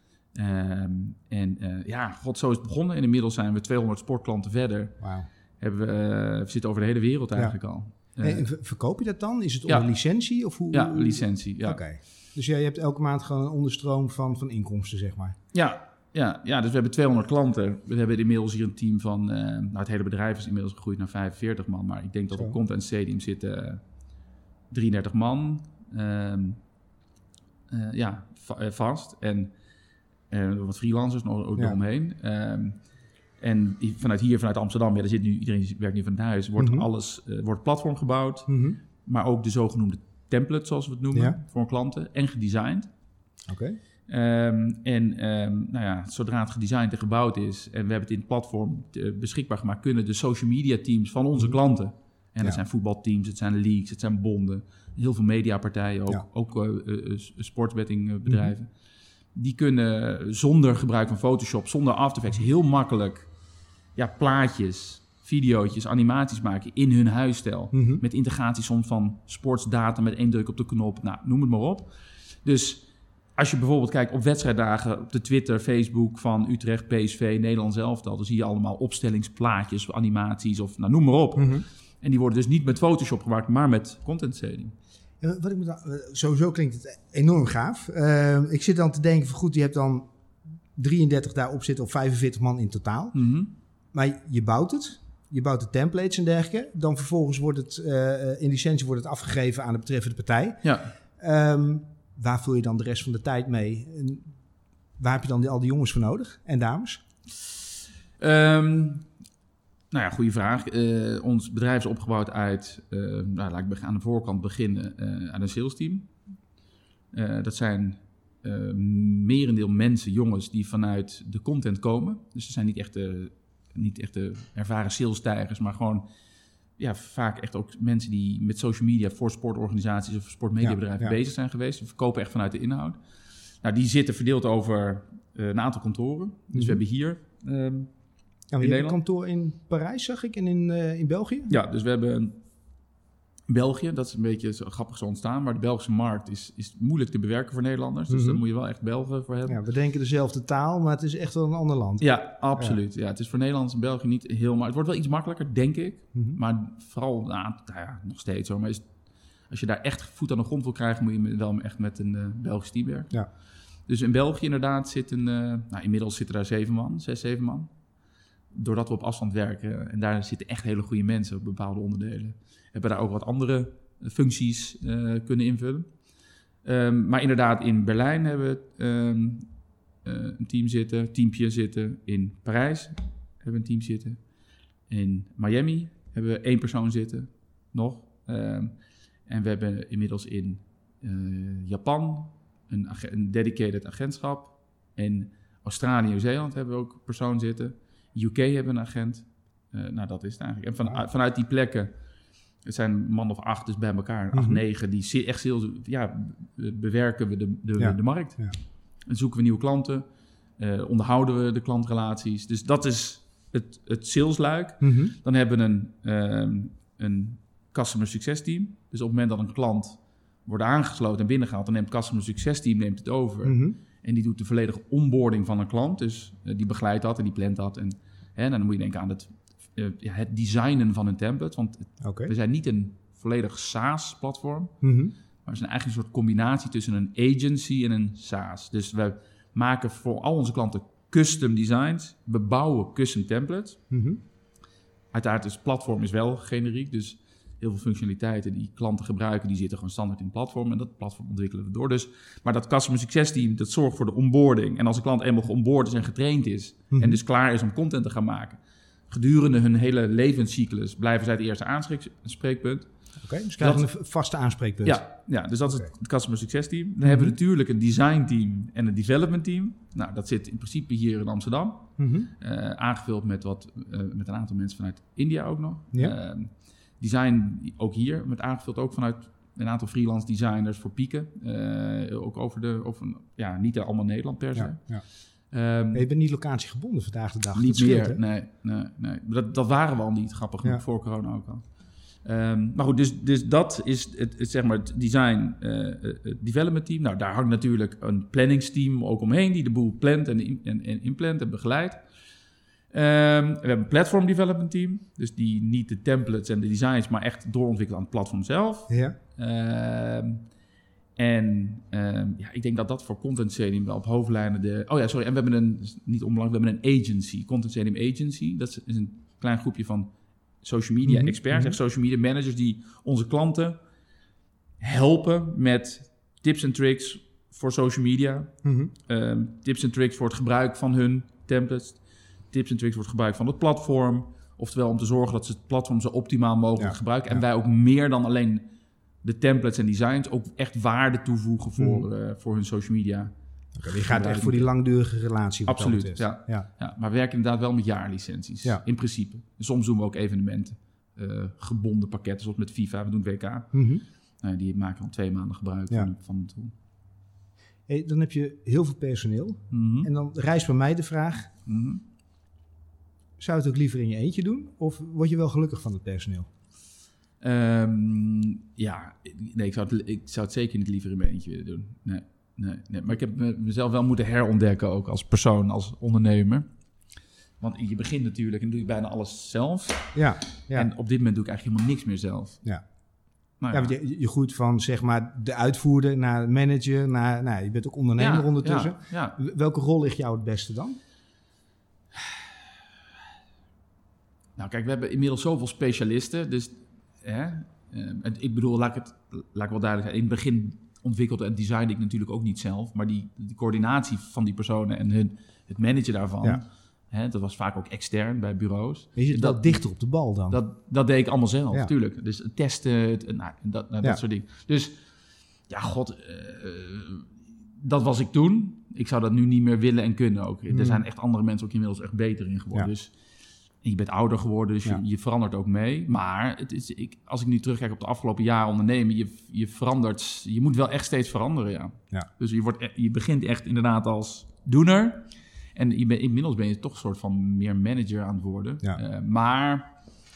Um, en uh, ja, god, zo is het begonnen. En inmiddels zijn we tweehonderd sportklanten verder. Wauw. Hebben we, uh, we zitten over de hele wereld eigenlijk Ja. al. Uh, Hey, en ver- verkoop je dat dan? Is het ja. onder licentie? Of hoe? ja, licentie. Ja. Oké. Okay. Dus ja, je hebt elke maand gewoon een onderstroom van, van inkomsten, zeg maar. Ja, ja, ja, dus we hebben tweehonderd klanten. We hebben inmiddels hier een team van... Uh, nou, het hele bedrijf is inmiddels gegroeid naar vijfenveertig man. Maar ik denk dat Zo. op Content Stadium zitten uh, drieëndertig man. Um, uh, ja, va- uh, vast. En uh, wat freelancers nog ook Ja. eromheen. Um, en vanuit hier, vanuit Amsterdam, ja, daar zit nu, iedereen werkt nu van huis, wordt Mhm. alles, uh, wordt platform gebouwd. Mm-hmm. Maar ook de zogenoemde template, zoals we het noemen, Ja. voor klanten. En gedesigned. Oké. Um, en um, nou ja, zodra het gedesigned en gebouwd is... en we hebben het in het platform te, beschikbaar gemaakt... kunnen de social media teams van onze klanten... en dat ja. zijn voetbalteams, het zijn leagues, het zijn bonden... heel veel mediapartijen, ook, ja. ook uh, uh, sportsbettingbedrijven... Mm-hmm. die kunnen zonder gebruik van Photoshop, zonder After Effects... heel makkelijk ja, plaatjes, videootjes, animaties maken in hun huisstijl... Mm-hmm. met integratie soms van sportsdata met één druk op de knop, nou, noem het maar op. Dus... als je bijvoorbeeld kijkt op wedstrijddagen op de Twitter, Facebook van Utrecht, P S V, Nederland elftal, dan zie je allemaal opstellingsplaatjes, animaties of nou, noem maar op. Mm-hmm. En die worden dus niet met Photoshop gemaakt, maar met content shading. Ja, wat ik moet, sowieso klinkt het enorm gaaf. Uh, ik zit dan te denken van goed, je hebt dan drieëndertig daarop zitten of vijfenveertig man in totaal. Mm-hmm. Maar je bouwt het. Je bouwt de templates en dergelijke. Dan vervolgens wordt het uh, in licentie wordt het afgegeven aan de betreffende partij. Ja. Um, Waar vul je dan de rest van de tijd mee? En waar heb je dan die, al die jongens voor nodig? En dames? Um, nou ja, goede vraag. Uh, ons bedrijf is opgebouwd uit... Uh, nou, laat ik aan de voorkant beginnen... Uh, aan een sales team. Uh, dat zijn uh, merendeel mensen, jongens... die vanuit de content komen. Dus ze zijn niet echt de, niet echt de ervaren sales-tijgers... maar gewoon... ja, vaak echt ook mensen die met social media voor sportorganisaties of sportmediabedrijven ja, ja. bezig zijn geweest. We verkopen echt vanuit de inhoud. Nou, die zitten verdeeld over uh, een aantal kantoren. Dus mm-hmm. we hebben hier um, ja, we hebben een kantoor in Parijs, zag ik, en in, uh, in België. Ja, dus we hebben België, dat is een beetje zo grappig zo ontstaan. Maar de Belgische markt is, is moeilijk te bewerken voor Nederlanders. Dus mm-hmm. daar moet je wel echt Belgen voor hebben. Ja, we denken dezelfde taal, maar het is echt wel een ander land. Ja, absoluut. Ja. Ja, het is voor Nederlanders en België niet heel... maar het wordt wel iets makkelijker, denk ik. Mm-hmm. Maar vooral, nou, nou ja, nog steeds zo. Maar is, als je daar echt voet aan de grond wil krijgen... moet je wel echt met een uh, Belgisch team werken. Ja. Dus in België inderdaad zitten... Uh, nou, inmiddels zitten daar zeven man, zes, zeven man. Doordat we op afstand werken... en daar zitten echt hele goede mensen op bepaalde onderdelen... hebben daar ook wat andere functies uh, kunnen invullen. Um, maar inderdaad, in Berlijn hebben we um, uh, een team zitten, teampje zitten. In Parijs hebben we een team zitten. In Miami hebben we één persoon zitten, nog. Um, en we hebben inmiddels in uh, Japan een, ag- een dedicated agentschap. In Australië en Nieuw-Zeeland hebben we ook een persoon zitten. U K hebben we een agent. Uh, nou, dat is het eigenlijk. En van, vanuit die plekken... het zijn een man of acht, dus bij elkaar, acht, mm-hmm. negen, die echt heel, ja, bewerken we de, de, ja. de markt. Ja. En zoeken we nieuwe klanten, uh, onderhouden we de klantrelaties. Dus dat is het, het salesluik. Mm-hmm. Dan hebben we een, um, een customer success team. Dus op het moment dat een klant wordt aangesloten en binnengehaald, dan neemt het customer success team neemt het over. Mm-hmm. En die doet de volledige onboarding van een klant. Dus uh, die begeleidt dat en die plant dat. En, hè, en dan moet je denken aan het... Uh, ja, het designen van een template. Want het, okay. we zijn niet een volledig SaaS-platform. Mm-hmm. Maar we zijn eigenlijk een soort combinatie tussen een agency en een SaaS. Dus we maken voor al onze klanten custom designs. We bouwen custom templates. Mm-hmm. Uiteraard is het platform is wel generiek. Dus heel veel functionaliteiten die klanten gebruiken... die zitten gewoon standaard in het platform. En dat platform ontwikkelen we door. Dus, maar dat customer success team, dat zorgt voor de onboarding. En als een klant eenmaal geonboard is en getraind is... Mm-hmm. en dus klaar is om content te gaan maken... gedurende hun hele levenscyclus blijven zij het eerste aanspreekpunt. Oké, okay, dus krijgen dat, een vaste aanspreekpunt. Ja, ja dus dat okay. is het Customer Success Team. Dan mm-hmm. hebben we natuurlijk een design team en een development team. Nou, dat zit in principe hier in Amsterdam. Mm-hmm. Uh, aangevuld met, wat, uh, met een aantal mensen vanuit India ook nog. Ja. Uh, design ook hier, met aangevuld ook vanuit een aantal freelance designers voor pieken. Uh, ook over de, over, ja, niet allemaal Nederland per se. Ja, ja. Um, je bent niet locatiegebonden vandaag de dag. Niet meer, scheelt, nee. nee, nee. Dat, dat waren we al niet, grappig genoeg, ja. voor corona ook al. Um, maar goed, dus, dus dat is het, het, zeg maar het design uh, het development team. Nou, daar hangt natuurlijk een planningsteam ook omheen... die de boel plant en, en, en inplant en begeleidt. Um, we hebben een platform development team. Dus die niet de templates en de designs... maar echt doorontwikkelen aan het platform zelf. Ja. Um, En um, ja, ik denk dat dat voor Content Stadium wel op hoofdlijnen de... Oh ja, sorry. En we hebben een, niet onbelangrijk, we hebben een agency. Content Stadium Agency. Dat is een klein groepje van social media mm-hmm. experts. Mm-hmm. Echt social media managers die onze klanten helpen met tips en tricks voor social media. Mm-hmm. Um, tips en tricks voor het gebruik van hun templates. Tips en tricks voor het gebruik van het platform. Oftewel om te zorgen dat ze het platform zo optimaal mogelijk ja. gebruiken. En ja. wij ook meer dan alleen... de templates en designs ook echt waarde toevoegen voor, mm. uh, voor hun social media Okay, je gaat echt voor die langdurige relatie. Absoluut, ja. Ja. ja. Maar we werken inderdaad wel met jaarlicenties, ja. in principe. Soms doen we ook evenementen. Uh, gebonden pakketten, zoals met FIFA, we doen het W K. Mm-hmm. Uh, die maken al twee maanden gebruik ja. van, van het tool. Hey, dan heb je heel veel personeel. Mm-hmm. En dan rijst bij mij de vraag... Mm-hmm. Zou je het ook liever in je eentje doen? Of word je wel gelukkig van het personeel? Um, ja, nee, ik zou, het, ik zou het zeker niet liever in mijn eentje willen doen. Nee, nee, nee. Maar ik heb mezelf wel moeten herontdekken ook als persoon, als ondernemer. Want je begint natuurlijk en doe je bijna alles zelf. Ja, ja. En op dit moment doe ik eigenlijk helemaal niks meer zelf. Ja. Nou, ja, ja. je, je groeit van zeg maar de uitvoerder naar manager, naar, nou, je bent ook ondernemer ja, ondertussen. Ja, ja. Welke rol ligt jou het beste dan? Nou kijk, we hebben inmiddels zoveel specialisten. Dus hè, uh, ik bedoel, laat ik het laat ik wel duidelijk zijn. In het begin ontwikkelde en designde ik natuurlijk ook niet zelf. Maar die, die coördinatie van die personen en hun, het managen daarvan... Ja. Hè, dat was vaak ook extern bij bureaus. Je zit dat, wel dichter op de bal dan. Dat, dat deed ik allemaal zelf, natuurlijk. Ja. Dus het testen, het, nou, dat, nou, ja. dat soort dingen. Dus ja, god, uh, dat was ik toen. Ik zou dat nu niet meer willen en kunnen ook. Hmm. Er zijn echt andere mensen ook inmiddels echt beter in geworden. Ja. Dus je bent ouder geworden, dus ja. je, je verandert ook mee. Maar het is, ik, als ik nu terugkijk op de afgelopen jaren ondernemen... je, je verandert, je moet wel echt steeds veranderen, ja. ja. Dus je, wordt, je begint echt inderdaad als doener... En je ben, inmiddels ben je toch een soort van meer manager aan het worden. Ja. Uh, maar...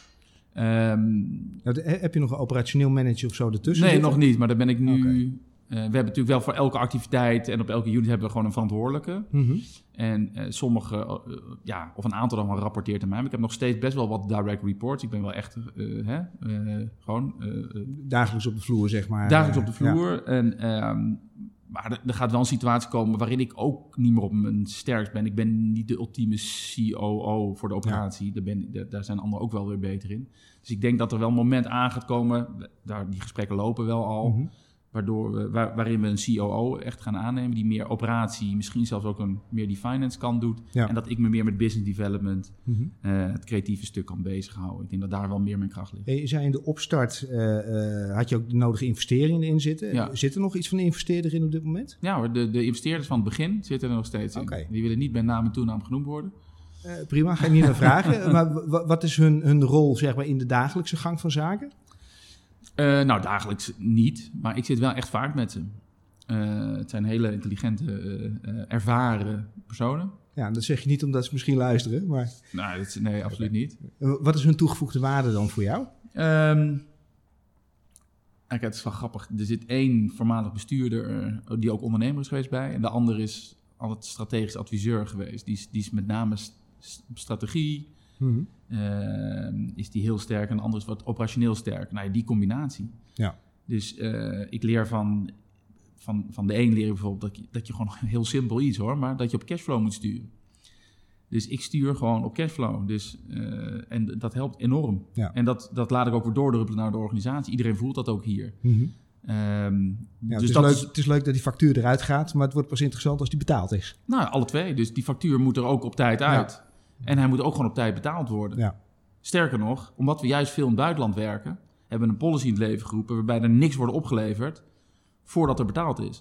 Um, nou, heb je nog een operationeel manager of zo ertussen? Nee, zitten? nog niet. Maar daar ben ik nu... Okay. Uh, we hebben natuurlijk wel voor elke activiteit... en op elke unit hebben we gewoon een verantwoordelijke. Mm-hmm. En uh, sommige, uh, ja, of een aantal dan rapporteert aan mij. Maar ik heb nog steeds best wel wat direct reports. Ik ben wel echt uh, hè, uh, gewoon... Uh, dagelijks op de vloer, zeg maar. Dagelijks op de vloer. Ja. En... Um, Maar er, er gaat wel een situatie komen waarin ik ook niet meer op mijn sterkst ben. Ik ben niet de ultieme C O O voor de operatie. Ja. Daar, ben, daar, daar zijn anderen ook wel weer beter in. Dus ik denk dat er wel een moment aan gaat komen. Daar, die gesprekken lopen wel al. Mm-hmm. Waardoor we, waar, waarin we een C O O echt gaan aannemen. Die meer operatie, misschien zelfs ook een, meer die finance kant doet. Ja. En dat ik me meer met business development, mm-hmm. uh, het creatieve stuk kan bezighouden. Ik denk dat daar wel meer mijn kracht ligt. Hey, je zei in de opstart, uh, uh, had je ook de nodige investeringen in zitten. Ja. Zit er nog iets van de investeerder in op dit moment? Ja hoor, de, de investeerders van het begin zitten er nog steeds in. Okay. Die willen niet bij naam en toenaam genoemd worden. Uh, prima, ga ik niet naar vragen. Maar w- wat is hun, hun rol zeg maar, in de dagelijkse gang van zaken? Uh, nou, dagelijks niet, maar ik zit wel echt vaak met ze. Uh, het zijn hele intelligente, uh, uh, ervaren personen. Ja, dat zeg je niet omdat ze misschien luisteren, maar... Nou, dat is, nee, absoluut okay. niet. Uh, wat is hun toegevoegde waarde dan voor jou? Um, kijk, het is wel grappig. Er zit één voormalig bestuurder uh, die ook ondernemer is geweest bij. En de ander is altijd strategisch adviseur geweest. Die is, die is met name st- strategie... Mm-hmm. Uh, is die heel sterk en de andere is wat operationeel sterk. Nou, die combinatie. Ja. Dus uh, ik leer van, van, van de een leer je bijvoorbeeld dat je, dat je gewoon heel simpel iets hoor, maar dat je op cashflow moet sturen. Dus ik stuur gewoon op cashflow. Dus, uh, en dat helpt enorm. Ja. En dat, dat laat ik ook weer doordruppelen naar de organisatie. Iedereen voelt dat ook hier. Mm-hmm. Um, ja, dus het, is dat leuk, is, het is leuk dat die factuur eruit gaat, maar het wordt pas interessant als die betaald is. Nou, alle twee. Dus die factuur moet er ook op tijd uit. Ja. En hij moet ook gewoon op tijd betaald worden. Ja. Sterker nog, omdat we juist veel in het buitenland werken, hebben we een policy in het leven geroepen waarbij er niks wordt opgeleverd voordat er betaald is.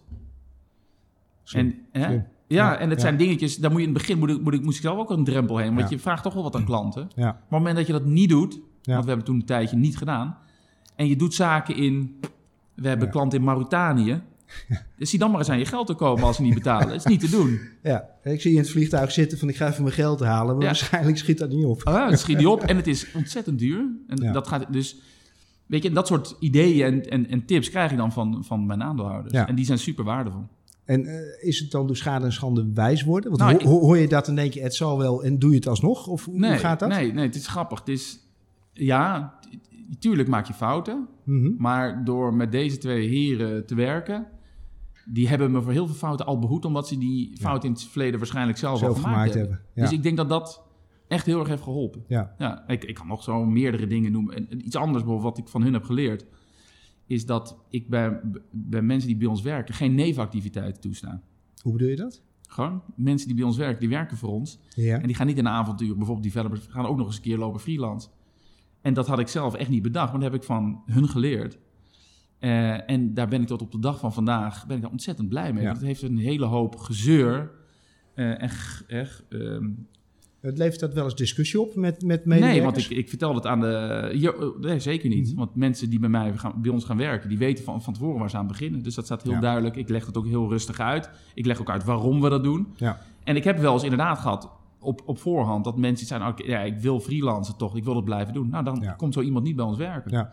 Slim. En, hè? Slim. Ja, ja, en het ja. zijn dingetjes, daar moet je in het begin moet ik, moet ik, moest ik zelf ook een drempel heen, want ja. je vraagt toch wel wat aan klanten. Ja. Maar op het moment dat je dat niet doet, ja. want we hebben toen een tijdje niet gedaan, en je doet zaken in, we hebben ja. klanten in Mauritanië, dus zie dan maar eens aan je geld te komen als ze niet betalen. Dat is niet te doen. Ja, ik zie je in het vliegtuig zitten van ik ga even mijn geld halen, maar ja. waarschijnlijk schiet dat niet op. Oh ja, het schiet niet op en het is ontzettend duur. En ja. dat gaat dus, weet je, dat soort ideeën en, en, en tips krijg ik dan van, van mijn aandeelhouders. Ja. En die zijn super waardevol. En uh, is het dan door schade en schande wijs worden? Want nou, ho- ik, hoor je dat en denk je het zal wel en doe je het alsnog? Of hoe nee, gaat dat? Nee, nee, het is grappig. Het is, ja, tuurlijk maak je fouten, mm-hmm. maar door met deze twee heren te werken, die hebben me voor heel veel fouten al behoed, omdat ze die fouten ja. in het verleden waarschijnlijk zelf, zelf al gemaakt, gemaakt hebben. hebben. Ja. Dus ik denk dat dat echt heel erg heeft geholpen. Ja. Ja, ik, ik kan nog zo meerdere dingen noemen. En iets anders bijvoorbeeld wat ik van hun heb geleerd, is dat ik bij, bij mensen die bij ons werken geen nevenactiviteiten toestaan. Hoe bedoel je dat? Gewoon, mensen die bij ons werken, die werken voor ons. Ja. En die gaan niet in een avontuur, bijvoorbeeld developers, gaan ook nog eens een keer lopen freelance. En dat had ik zelf echt niet bedacht, maar dat heb ik van hun geleerd. Uh, en daar ben ik tot op de dag van vandaag ben ik daar ontzettend blij mee. Ja. Want het heeft een hele hoop gezeur. Uh, en echt... Um, Het levert dat wel eens discussie op met, met medewerkers? Nee, want ik, ik vertel het aan de... Hier, nee, zeker niet. Mm-hmm. Want mensen die bij, mij gaan, bij ons gaan werken... die weten van, van tevoren waar ze aan beginnen. Dus dat staat heel ja. duidelijk. Ik leg het ook heel rustig uit. Ik leg ook uit waarom we dat doen. Ja. En ik heb wel eens inderdaad gehad... Op, op voorhand dat mensen zijn... Okay, ja, ik wil freelancen toch, ik wil het blijven doen. Nou, dan ja. komt zo iemand niet bij ons werken. Ja.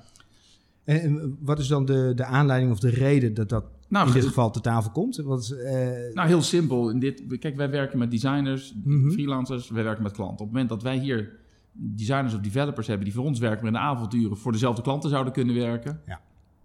En wat is dan de, de aanleiding of de reden dat dat nou, in dit geval te tafel komt? Wat, uh... Nou, heel simpel. In dit, kijk, wij werken met designers, mm-hmm. freelancers, wij werken met klanten. Op het moment dat wij hier designers of developers hebben die voor ons werken, met een avonturen voor dezelfde klanten zouden kunnen werken, ja.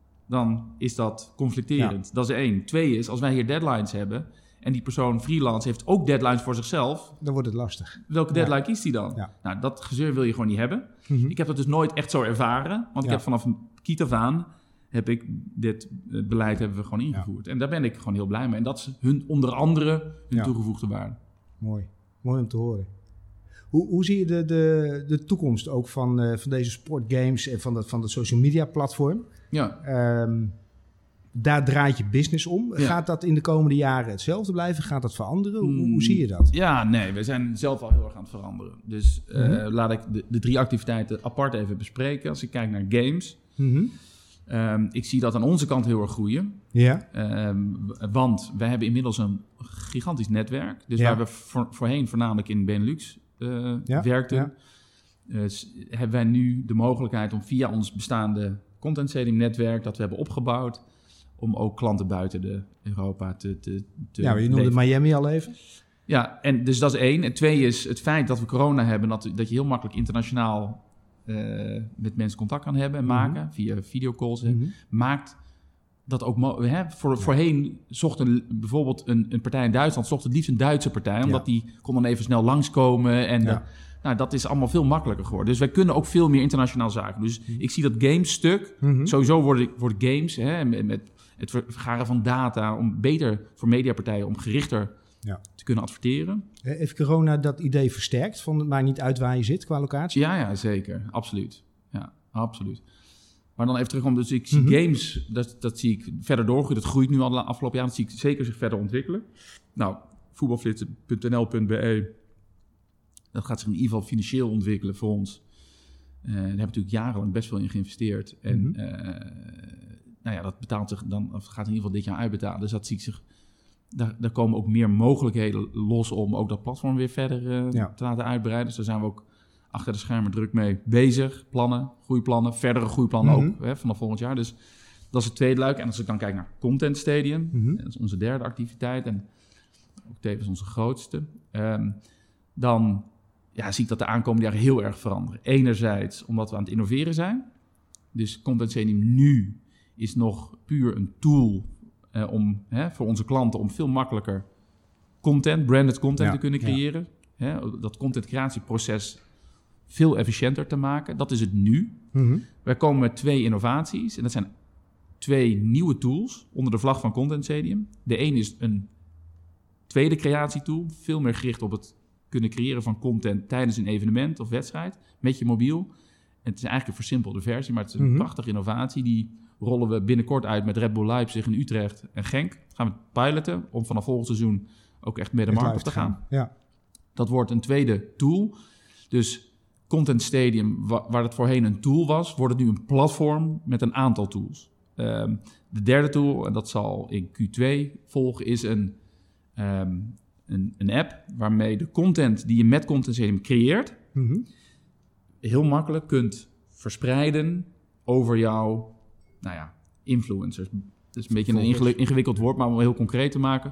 dan is dat conflicterend. Ja. Dat is één. Twee is, als wij hier deadlines hebben en die persoon freelance heeft ook deadlines voor zichzelf, dan wordt het lastig. Welke deadline ja. kiest hij dan? Ja. Nou, dat gezeur wil je gewoon niet hebben. Mm-hmm. Ik heb dat dus nooit echt zo ervaren, want ja. ik heb vanaf kiet af aan heb ik dit het beleid hebben we gewoon ingevoerd. Ja. En daar ben ik gewoon heel blij mee. En dat is hun, onder andere hun ja. toegevoegde waarde. Mooi. Mooi om te horen. Hoe, hoe zie je de, de, de toekomst ook van, uh, van deze sportgames en van dat, van dat social media platform? Ja. Um, daar draait je business om. Ja. Gaat dat in de komende jaren hetzelfde blijven? Gaat dat veranderen? Hoe, hoe zie je dat? Ja, nee, we zijn zelf al heel erg aan het veranderen. Dus uh, mm-hmm. laat ik de, de drie activiteiten apart even bespreken. Als ik kijk naar games... Mm-hmm. Um, ik zie dat aan onze kant heel erg groeien. Ja. Um, want wij hebben inmiddels een gigantisch netwerk. Dus ja. waar we voor, voorheen voornamelijk in Benelux uh, ja. werkten... Ja. Uh, hebben wij nu de mogelijkheid om via ons bestaande Content Stadium netwerk... dat we hebben opgebouwd... om ook klanten buiten de Europa te, te, te Ja, je noemde leven. Miami al even. Ja, en dus dat is één. En twee is het feit dat we corona hebben... dat, dat je heel makkelijk internationaal... Uh, met mensen contact kan hebben en maken, mm-hmm. via videocalls, mm-hmm. maakt dat ook... Mo- hè, voor, ja. Voorheen zocht een, bijvoorbeeld een, een partij in Duitsland... zocht het liefst een Duitse partij, omdat ja. die kon dan even snel langskomen. En ja. de, nou, dat is allemaal veel makkelijker geworden. Dus wij kunnen ook veel meer internationaal zaken. Dus mm-hmm. ik zie dat gamestuk... Mm-hmm. Sowieso worden, worden games, hè, met, met het vergaren van data... om beter voor mediapartijen, om gerichter... Ja. te kunnen adverteren. Heeft corona dat idee versterkt? Van het maakt niet uit waar je zit qua locatie? Ja, ja, zeker. Absoluut. Ja, absoluut. Maar dan even terug om... Dus ik zie mm-hmm. games, dat, dat zie ik verder doorgroeien. Dat groeit nu al de afgelopen jaren. Dat zie ik zeker zich verder ontwikkelen. Nou, voetbalflitsen punt n l punt b e. Dat gaat zich in ieder geval financieel ontwikkelen voor ons. Uh, daar hebben we natuurlijk jarenlang best wel in geïnvesteerd. En mm-hmm. uh, nou ja, dat betaalt zich dan, of gaat in ieder geval dit jaar uitbetalen. Dus dat zie ik zich... Daar, daar komen ook meer mogelijkheden los om ook dat platform weer verder uh, ja. te laten uitbreiden. Dus daar zijn we ook achter de schermen druk mee bezig. Plannen, groeiplannen, verdere groeiplannen mm-hmm. ook hè, vanaf volgend jaar. Dus dat is het tweede luik. En als ik dan kijk naar Content Stadium, mm-hmm. dat is onze derde activiteit en ook tevens onze grootste. Um, dan ja, zie ik dat de aankomende jaren heel erg veranderen. Enerzijds omdat we aan het innoveren zijn. Dus Content Stadium nu is nog puur een tool... Uh, om hè, voor onze klanten om veel makkelijker content, branded content ja, te kunnen creëren. Ja. Hè, dat contentcreatieproces veel efficiënter te maken. Dat is het nu. Mm-hmm. Wij komen met twee innovaties. En dat zijn twee nieuwe tools onder de vlag van Content Stadium. De een is een tweede creatietool. Veel meer gericht op het kunnen creëren van content tijdens een evenement of wedstrijd. Met je mobiel. En het is eigenlijk een versimpelde versie, maar het is een mm-hmm. prachtige innovatie die... rollen we binnenkort uit met Red Bull Leipzig in Utrecht en Genk. Gaan we piloten om vanaf volgend seizoen ook echt met de markt op te gaan. gaan. Ja. Dat wordt een tweede tool. Dus Content Stadium, wa- waar het voorheen een tool was, wordt het nu een platform met een aantal tools. Um, de derde tool, en dat zal in Q twee volgen, is een, um, een, een app waarmee de content die je met Content Stadium creëert, mm-hmm. heel makkelijk kunt verspreiden over jouw nou ja, influencers. Dat is een beetje een ingewikkeld woord, maar om heel concreet te maken.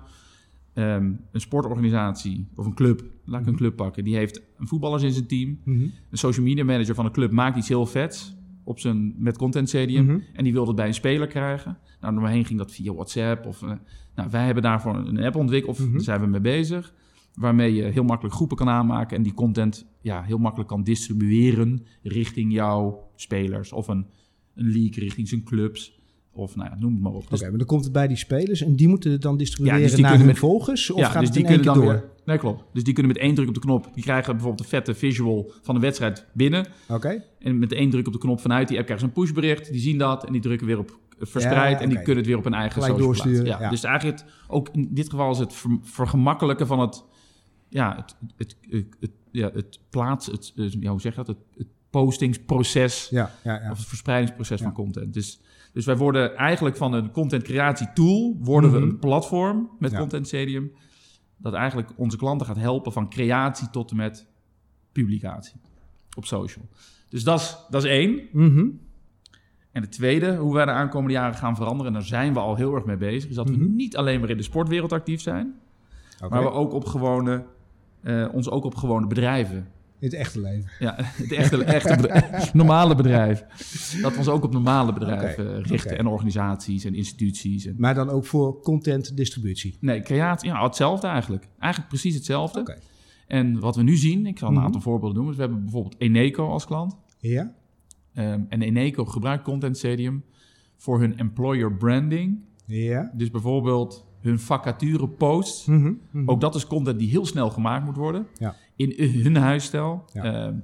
Um, een sportorganisatie of een club, laat ik mm-hmm. een club pakken, die heeft een voetballers in zijn team. Mm-hmm. Een social media manager van een club maakt iets heel vets op zijn, met Content Stadium mm-hmm. en die wil dat bij een speler krijgen. Nou, doorheen ging dat via WhatsApp. Of, uh, nou, wij hebben daarvoor een app ontwikkeld, of mm-hmm. daar zijn we mee bezig, waarmee je heel makkelijk groepen kan aanmaken en die content ja, heel makkelijk kan distribueren richting jouw spelers of een een league richting zijn clubs. Of nou ja, noem het maar op. Oké, okay, maar dan komt het bij die spelers en die moeten het dan distribueren ja, dus naar hun met, volgers? Of ja, gaat dus het die in één keer door? Weer, nee, klopt. Dus die kunnen met één druk op de knop, die krijgen bijvoorbeeld een vette visual van de wedstrijd binnen. Oké. Okay. En met één druk op de knop vanuit die app krijgen ze een pushbericht. Die zien dat en die drukken weer op verspreid Ja, en die okay. kunnen het weer op hun eigen Gelijk social doorsturen, plaatsen. Ja. ja. Dus eigenlijk het, ook in dit geval is het ver, vergemakkelijken van het, ja, het, het, het, het, ja, het plaats, het, ja, hoe zeg je dat, het, het postingsproces Ja, ja, ja. of het verspreidingsproces Ja. van content. Dus, dus wij worden eigenlijk van een content creatie tool, worden Mhm. we een platform met Ja. Content Stadium, dat eigenlijk onze klanten gaat helpen van creatie tot en met publicatie op social. Dus dat is, dat is één. Mm-hmm. En de tweede, hoe wij de aankomende jaren gaan veranderen, en daar zijn we al heel erg mee bezig, is dat Mhm. we niet alleen maar in de sportwereld actief zijn, Okay. maar we ook op gewone, uh, ons ook op gewone bedrijven. In het echte leven. Ja, het echte, echte bedrijf, normale bedrijf. Dat we ons ook op normale bedrijven Okay. richten Okay. en organisaties en instituties. En... Maar dan ook voor content distributie? Nee, creatie, ja, hetzelfde eigenlijk. Eigenlijk precies hetzelfde. Okay. En wat we nu zien, ik zal een Mhm. aantal voorbeelden noemen. Dus we hebben bijvoorbeeld Eneco als klant. Ja? Um, en Eneco gebruikt Content Stadium voor hun employer branding. Ja? Dus bijvoorbeeld hun vacature posts. Mm-hmm. Mm-hmm. Ook dat is content die heel snel gemaakt moet worden. Ja. In hun huisstijl. Ja. Um,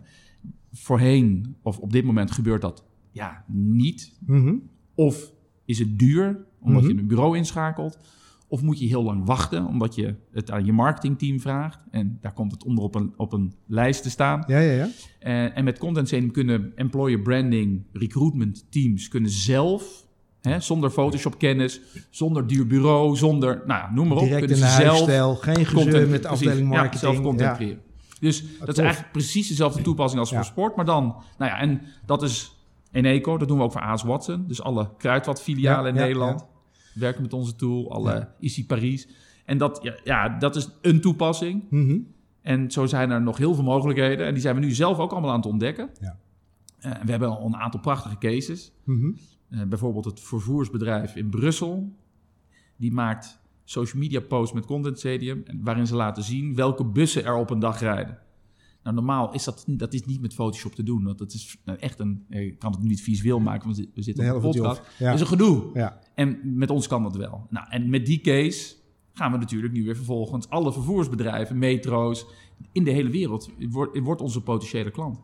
voorheen, of op dit moment gebeurt dat ja, niet. Mm-hmm. Of is het duur, omdat Mhm. je een bureau inschakelt. Of moet je heel lang wachten, omdat je het aan je marketingteam vraagt. En daar komt het onder op een, op een lijst te staan. Ja, ja, ja. Uh, en met Content Stadium kunnen employer branding, recruitment teams kunnen zelf, hè, zonder Photoshop kennis, zonder duur bureau, zonder, nou ja, noem maar op. Direct in kunnen de ze zelf huisstijl, geen gezeur content- met de precies, afdeling ja, marketing. zelf content Ja. creëren. Dus dat is tof. eigenlijk precies dezelfde toepassing als Ja. voor sport. Maar dan, nou ja, en dat is Eneco, dat doen we ook voor A S Watson. Dus alle Kruidvat-filialen Ja, in ja, Nederland werken met onze tool. Alle Ja. I C I Paris. En dat, ja, ja, dat is een toepassing. Mm-hmm. En zo zijn er nog heel veel mogelijkheden. En die zijn we nu zelf ook allemaal aan het ontdekken. Ja. Uh, we hebben al een aantal prachtige cases. Mm-hmm. Uh, bijvoorbeeld het vervoersbedrijf in Brussel. Die maakt social media posts met Content Stadium, waarin ze laten zien welke bussen er op een dag rijden. Nou, normaal is dat, dat is niet met Photoshop te doen. Want dat is nou, echt een... Ik kan het nu niet visueel maken, want we zitten De op een helft podcast. job. Ja. Dat is een gedoe. Ja. En met ons kan dat wel. Nou, en met die case gaan we natuurlijk nu weer vervolgens alle vervoersbedrijven, metro's, in de hele wereld, wordt, wordt onze potentiële klant.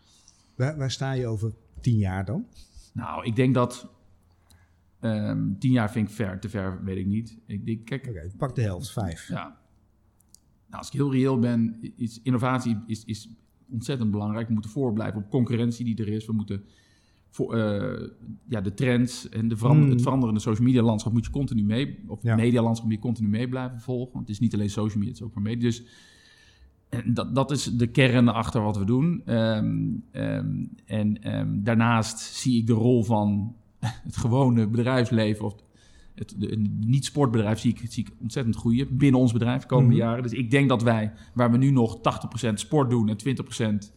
Waar, waar sta je over tien jaar dan? Nou, ik denk dat... Um, tien jaar vind ik ver, te ver, weet ik niet. Ik denk, kijk... Oké, okay, pak de helft, vijf. Ja. Nou, als ik heel reëel ben, is innovatie is, is ontzettend belangrijk. We moeten voorblijven op concurrentie die er is. We moeten voor, uh, ja, de trends en de verander, mm. het veranderende social media landschap moet je continu mee, of ja. media landschap moet je continu mee blijven volgen. Want het is niet alleen social media, het is ook maar media. Dus en dat, dat is de kern achter wat we doen. Um, um, en um, daarnaast zie ik de rol van het gewone bedrijfsleven of het de, niet-sportbedrijf zie ik, zie ik ontzettend groeien binnen ons bedrijf de komende mm-hmm. jaren. Dus ik denk dat wij, waar we nu nog tachtig procent sport doen en twintig procent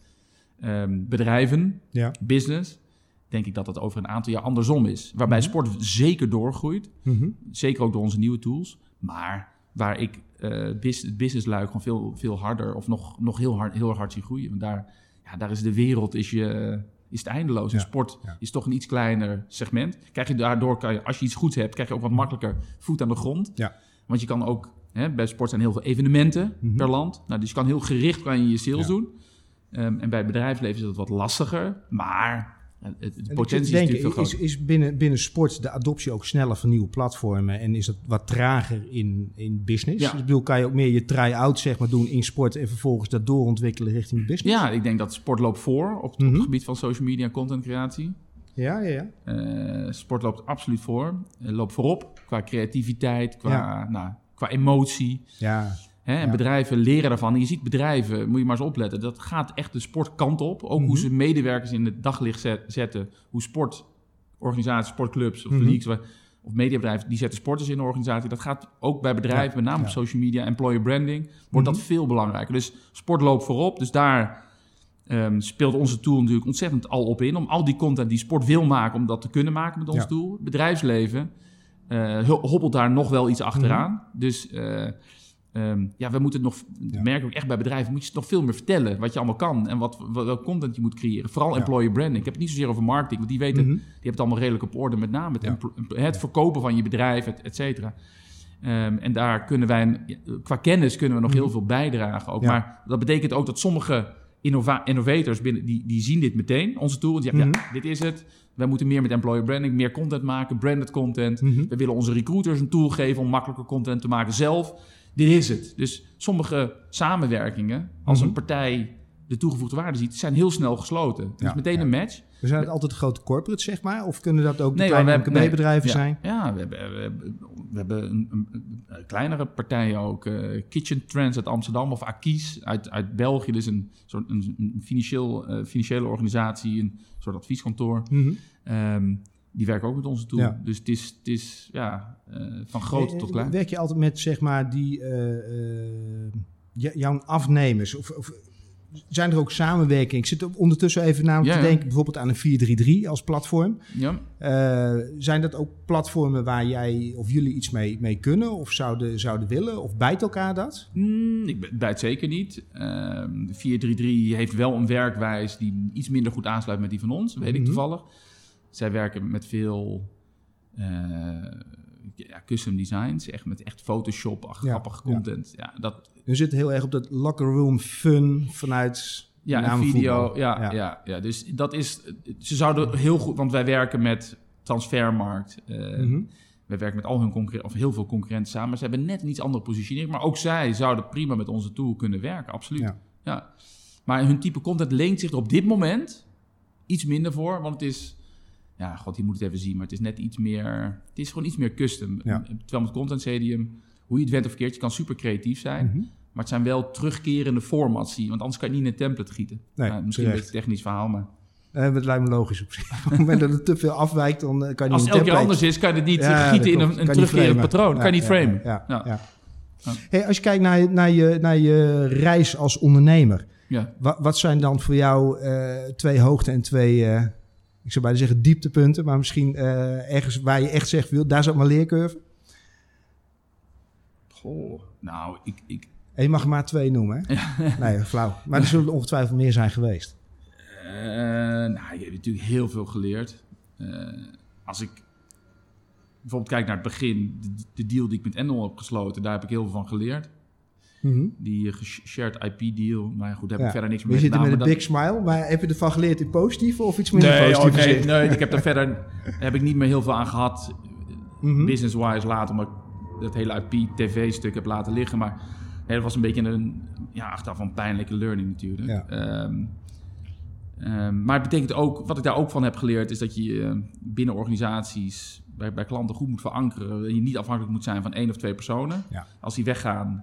um, bedrijven, ja. business, denk ik dat dat over een aantal jaar andersom is. Waarbij mm-hmm. sport zeker doorgroeit, mm-hmm. zeker ook door onze nieuwe tools, maar waar ik uh, het businessluik gewoon veel, veel harder of nog, nog heel, hard, heel hard zie groeien. Want daar, ja, daar is de wereld, is je... is het eindeloos. Ja, en sport ja. is toch een iets kleiner segment. Krijg je daardoor, kan je, als je iets goeds hebt, krijg je ook wat makkelijker voet aan de grond. Ja. Want je kan ook, hè, bij sport zijn heel veel evenementen mm-hmm. per land. Nou, dus je kan heel gericht kan je, je sales ja. doen. Um, en bij het bedrijfsleven is dat wat lastiger. Maar het, de potentie is natuurlijk veel groter. Is, is binnen, binnen sport de adoptie ook sneller van nieuwe platformen en is het wat trager in, in business? Ja. Ik bedoel, kan je ook meer je try-out zeg maar doen in sport en vervolgens dat doorontwikkelen richting business? Ja, ik denk dat sport loopt voor op, mm-hmm. op het gebied van social media en content creatie. Ja, ja, ja. Uh, sport loopt absoluut voor. Uh, loopt voorop qua creativiteit, qua, ja. nou, qua emotie. Ja. Hè, en ja. bedrijven leren daarvan. En je ziet bedrijven, moet je maar eens opletten, dat gaat echt de sportkant op. Ook mm-hmm. hoe ze medewerkers in het daglicht zet, zetten. Hoe sportorganisaties, sportclubs of mm-hmm. leagues of mediabedrijven, die zetten sporters in de organisatie. Dat gaat ook bij bedrijven, ja. met name ja. op social media, employer branding, wordt mm-hmm. dat veel belangrijker. Dus sport loopt voorop. Dus daar um, speelt onze tool natuurlijk ontzettend al op in. Om al die content die sport wil maken, om dat te kunnen maken met onze ja. tool. Het bedrijfsleven uh, hobbelt daar nog wel iets achteraan. Mm-hmm. Dus... Uh, Um, ja, we moeten het nog, ja. merken we ook echt bij bedrijven, moet je nog veel meer vertellen wat je allemaal kan en wat, wat, welk content je moet creëren. Vooral ja. employer branding. Ik heb het niet zozeer over marketing, want die weten, mm-hmm. die hebben het allemaal redelijk op orde, met name het, ja. empl- het verkopen van je bedrijf, et, et cetera. Um, en daar kunnen wij, qua kennis kunnen we nog mm-hmm. heel veel bijdragen ook. Ja. Maar dat betekent ook dat sommige innova- innovators binnen, die, die zien dit meteen, onze tool. Die zeggen, Mm-hmm. ja, dit is het. Wij moeten meer met employer branding, meer content maken, branded content. Mm-hmm. We willen onze recruiters een tool geven om makkelijker content te maken zelf. Dit is het. Dus sommige samenwerkingen, als Mm-hmm. een partij de toegevoegde waarde ziet, zijn heel snel gesloten. Het is Ja, meteen ja. een match. We zijn het altijd de grote corporates, zeg maar? Of kunnen dat ook de Nee, kleine maar M we K hebben- B-bedrijven nee, zijn? Ja, ja we hebben, we hebben, we hebben een, een, een kleinere partijen ook. Uh, Kitchen Trends uit Amsterdam of Akis uit, uit België. Dus een soort een, een financieel, uh, financiële organisatie, een soort advieskantoor. Mm-hmm. Um, die werken ook met onze tool. Ja. Dus het is, het is ja, uh, van groot Eh, tot klein. Werk je altijd met, zeg maar, die uh, uh, j- jouw afnemers? Of, of zijn er ook samenwerkingen? Ik zit ondertussen even namelijk Ja, te ja. denken, bijvoorbeeld aan een vier drie drie als platform. Ja. Uh, zijn dat ook platformen waar jij of jullie iets mee, mee kunnen of zouden, zouden willen? Of bijt elkaar dat? Mm, ik bijt zeker niet. Um, de vier drie drie heeft wel een werkwijze die iets minder goed aansluit met die van ons. Weet ik Mm-hmm. toevallig. Zij werken met veel uh, ja, custom designs. Echt met echt Photoshop, ach, Ja, grappige content. Ja. Ja, dat, We zitten heel erg op dat locker room fun vanuit ja, naam een video. voetbal. Ja, ja. Ja, ja, dus dat is... Ze zouden heel goed... Want wij werken met Transfermarkt. Uh, Mm-hmm. Wij werken met al hun concurrenten, of heel veel concurrenten samen. Maar ze hebben net een iets andere positionering. Maar ook zij zouden prima met onze tool kunnen werken, absoluut. Ja. Ja. Maar hun type content leent zich er op dit moment iets minder voor. Want het is... Ja, god, je moet het even zien. Maar het is net iets meer... Het is gewoon iets meer custom. Ja. Terwijl met Content Stadium, hoe je het went of keert, je kan super creatief zijn. Mm-hmm. Maar het zijn wel terugkerende formats. Want anders kan je niet in een template gieten. Nee, Nou, misschien een terecht. beetje een technisch verhaal, maar... Uh, het lijkt me logisch op zich. Op het moment dat het te veel afwijkt, dan uh, kan je Als niet het een elke keer template- anders is, kan je het niet Ja, gieten dat in klopt. een, een Kan niet terugkerend framen. patroon. Ja, kan je niet ja, framen. Ja, ja, Ja. ja. Ja. Hey, als je kijkt naar, je- naar, je, naar je reis als ondernemer, Ja. wat, wat zijn dan voor jou uh, twee hoogte- en twee, uh, ik zou bijna zeggen dieptepunten, maar misschien uh, ergens waar je echt zegt, wil, daar zat mijn leercurve? Goh, nou, ik... ik En je mag er maar twee noemen, hè? Nee, flauw. Maar er zullen er ongetwijfeld meer zijn geweest. Uh, nou, je hebt natuurlijk heel veel geleerd. Uh, als ik bijvoorbeeld kijk naar het begin, de, de deal die ik met Endel heb gesloten, daar heb ik heel veel van geleerd. Mm-hmm. Die uh, shared I P deal, maar goed, daar heb Ja. ik verder niks Je meer zit er gedaan. met een maar big smile, maar heb je ervan geleerd in positieve of iets minder Nee, positieve oh, nee, zin? nee, ik heb daar verder heb ik niet meer heel veel aan gehad, Mhm. business-wise later, omdat ik dat hele I P T V-stuk heb laten liggen. Maar nee, dat was een beetje een, ja, achteraf een pijnlijke learning natuurlijk. Ja. Um, um, maar het betekent ook, wat ik daar ook van heb geleerd, is dat je uh, binnen organisaties, bij, bij klanten goed moet verankeren. Dat je niet afhankelijk moet zijn van één of twee personen. Ja. Als die weggaan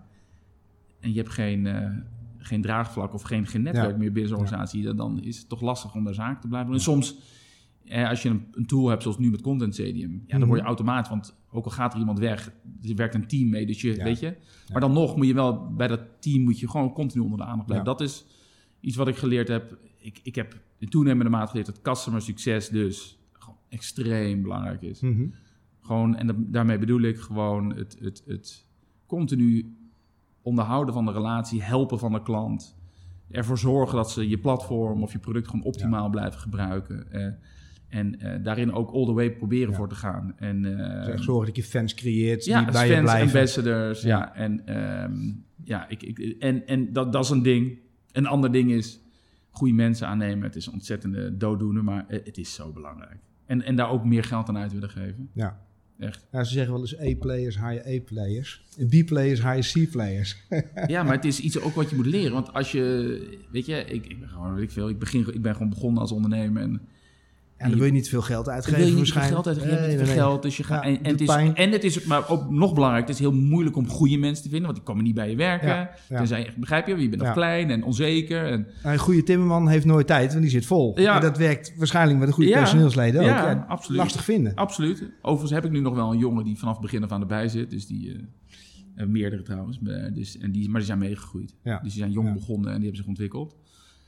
en je hebt geen, uh, geen draagvlak of geen, geen netwerk Ja. meer binnen zo'n organisatie, dan, dan is het toch lastig om daar zaken te blijven doen. En soms, eh, als je een, een tool hebt zoals nu met Content Stadium, ja, dan Mhm. word je automatisch, want ook al gaat er iemand weg, er werkt een team mee, dus je, Ja. weet je. Maar dan nog moet je wel, bij dat team moet je gewoon continu onder de aandacht blijven. Ja. Dat is iets wat ik geleerd heb. Ik, ik heb in toenemende mate geleerd dat customer succes dus gewoon extreem belangrijk is. Mhm. Gewoon, en da- daarmee bedoel ik gewoon het, het, het continu onderhouden van de relatie, helpen van de klant, ervoor zorgen dat ze je platform of je product gewoon optimaal Ja. blijven gebruiken. Eh, en eh, daarin ook all the way proberen Ja. voor te gaan. En, eh, Dus echt zorgen dat je fans creëert ja, die bij je fans, blijven. ambassadors, ja. Ja. En, ehm, ja, ik, ik, en, en dat, dat is een ding. Een ander ding is goede mensen aannemen. Het is een ontzettende dooddoener, maar eh, het is zo belangrijk. En, en daar ook meer geld aan uit willen geven. Ja. Echt. Ja, ze zeggen wel eens A-players, hire A-players. B-players, hire C-players. Ja, maar het is iets ook wat je moet leren. Want als je, weet je, ik, ik ben gewoon, weet ik veel, ik, begin, ik ben gewoon begonnen als ondernemer. En En dan wil je niet veel geld dan uitgeven wil je niet veel waarschijnlijk. geld uitgeven, Nee, niet veel nee, nee. geld. Dus je gaat, Ja, en, en, het doet is, pijn. en het is, maar ook nog belangrijk, het is heel moeilijk om goede mensen te vinden. Want die komen niet bij je werken. Ja, ja. Tenzij je echt, begrijp je, je bent nog Ja. klein en onzeker. En, Een goede timmerman heeft nooit tijd, want die zit vol. Ja. En dat werkt waarschijnlijk met een goede Ja. personeelsleden ook. Ja, Ja, absoluut. lastig vinden. Absoluut. Overigens heb ik nu nog wel een jongen die vanaf het begin af aan erbij zit. Dus die, uh, uh, meerdere trouwens. Uh, dus, en die, maar die zijn meegegroeid. Ja. Dus die zijn jong Ja. begonnen en die hebben zich ontwikkeld.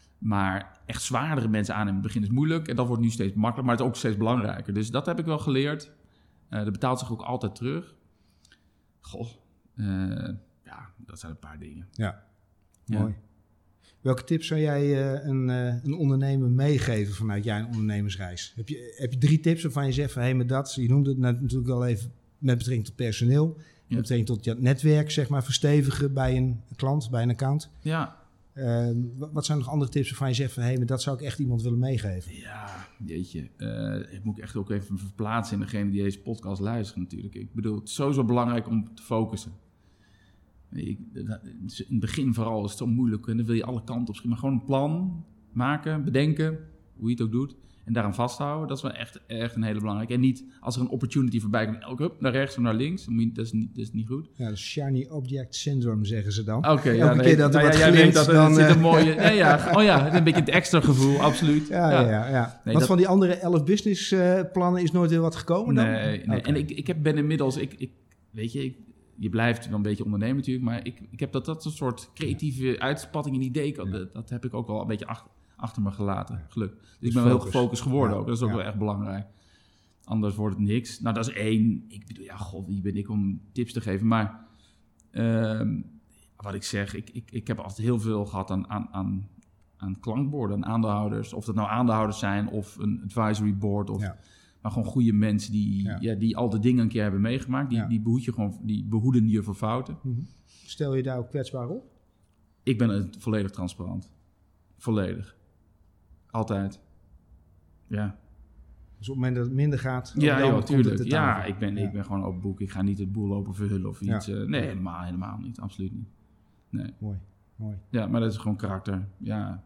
Maar echt zwaardere mensen aan in het begin is moeilijk. En dat wordt nu steeds makkelijker, maar het is ook steeds belangrijker. Dus dat heb ik wel geleerd. Uh, dat betaalt zich ook altijd terug. Goh. Uh, ja, dat zijn een paar dingen. Ja, Ja. mooi. Welke tips zou jij uh, een, uh, een ondernemer meegeven vanuit jouw ondernemersreis? Heb je, heb je drie tips waarvan je zegt van hé, met dat, je noemde het net natuurlijk al even met betrekking tot personeel, Ja. met betrekking tot je netwerk, zeg maar, verstevigen bij een klant, bij een account. Ja. Uh, wat zijn nog andere tips waarvan je zegt van... hé, hey, maar dat zou ik echt iemand willen meegeven? Ja, jeetje. Uh, ik moet echt ook even verplaatsen in degene die deze podcast luistert natuurlijk. Ik bedoel, het is sowieso belangrijk om te focussen. Ik, in het begin vooral is het zo moeilijk en dan wil je alle kanten op schieten. Maar gewoon een plan maken, bedenken, hoe je het ook doet. En daaraan vasthouden, dat is wel echt, echt een hele belangrijke. En niet als er een opportunity voorbij komt, ook hup, naar rechts of naar links. Dat is niet, dat is niet goed. Ja, dat is shiny object syndrome, zeggen ze dan. Oké, okay, ja, elke nee, keer dat er nou, wat ja, glimt, dat, dan... zit een mooie... Nee, ja, oh ja, een beetje het extra gevoel, absoluut. Ja, ja, ja. ja. Nee, wat dat, van die andere elf business uh, plannen is nooit weer wat gekomen dan? Nee, nee. Okay. En ik, ik heb, ben inmiddels... Ik, ik, weet je, ik, je blijft wel een beetje ondernemer natuurlijk, maar ik, ik heb dat, dat een soort creatieve ja. uitspatting en idee, ja. dat, dat heb ik ook wel een beetje achter, achter me gelaten, gelukkig. Dus, dus ik ben wel heel gefocust geworden ja. ook, dat is ook ja. wel echt belangrijk. Anders wordt het niks. Nou, dat is één. Ik bedoel, ja, god, wie ben ik om tips te geven, maar uh, wat ik zeg, ik, ik, ik heb altijd heel veel gehad aan, aan, aan, aan klankborden, aan aandeelhouders, of dat nou aandeelhouders zijn of een advisory board of... Ja. Maar gewoon goede mensen die, ja. Ja, die al de dingen een keer hebben meegemaakt. Die, ja. die, behoed je gewoon, die behoeden je voor fouten. Mm-hmm. Stel je daar ook kwetsbaar op? Ik ben het volledig transparant. Volledig. Altijd. Ja. Dus op het moment dat het minder gaat... Ja, joh, tuurlijk. Ja, ik ben, ja. ik ben gewoon open boek. Ik ga niet het boel lopen verhullen of iets. Ja. Uh, nee, helemaal, helemaal niet. Absoluut niet. Nee. Mooi, mooi. Ja, maar dat is gewoon karakter. Ja.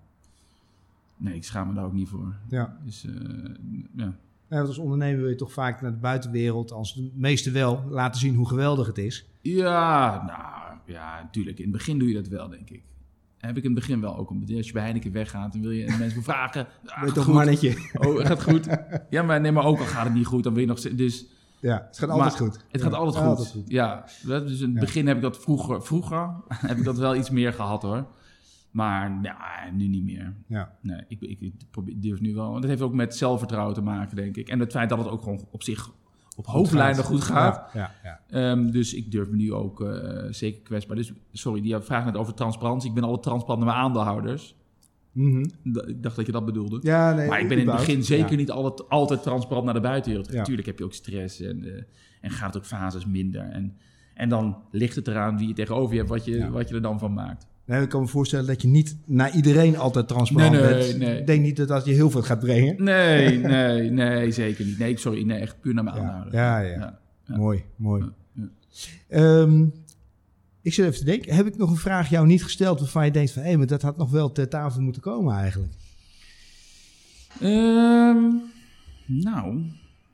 Nee, ik schaam me daar ook niet voor. Ja. Dus, uh, ja. Ja, want als ondernemer wil je toch vaak naar de buitenwereld, als de meesten wel, laten zien hoe geweldig het is. Ja, nou ja, natuurlijk. In het begin doe je dat wel, denk ik. Heb ik in het begin wel ook. Als je bij Heineken weggaat, dan wil je mensen vragen. Ah, ben toch een mannetje? Oh, gaat goed. Ja, maar, nee, maar ook al gaat het niet goed, dan wil je nog... Dus, ja, het gaat altijd goed. Het gaat ja, altijd, goed. altijd goed. Ja, dus in het ja. begin heb ik dat vroeger... Vroeger heb ik dat wel iets meer gehad, hoor. Maar nou, nu niet meer. Ja. Nee, ik, ik, ik probeer, durf nu wel. Dat heeft ook met zelfvertrouwen te maken, denk ik. En het feit dat het ook gewoon op zich op hoofdlijnen goed gaat. Ja, ja, ja. Um, dus ik durf me nu ook uh, zeker kwetsbaar. Dus sorry, die vraag net over transparantie. Ik ben altijd transparant naar mijn aandeelhouders. Mm-hmm. Ik dacht dat je dat bedoelde. Ja, nee, maar ik ben in het begin zeker ja. niet altijd, altijd transparant naar de buitenwereld. Ja. Natuurlijk heb je ook stress en, uh, en gaat het ook fases minder. En, en dan ligt het eraan wie je tegenover je hebt, wat je, ja. wat je er dan van maakt. Nee, ik kan me voorstellen dat je niet naar iedereen altijd transparant nee, nee, bent. Nee. Ik denk niet dat dat je heel veel gaat brengen. Nee, nee, nee, zeker niet. Nee, sorry, nee, echt puur naar mijn ja. aanhouden. Ja, ja. ja. ja. Mooi, mooi. Ja, ja. Um, ik zit even te denken, heb ik nog een vraag jou niet gesteld waarvan je denkt van, hé, hey, maar dat had nog wel ter tafel moeten komen eigenlijk? Um, nou...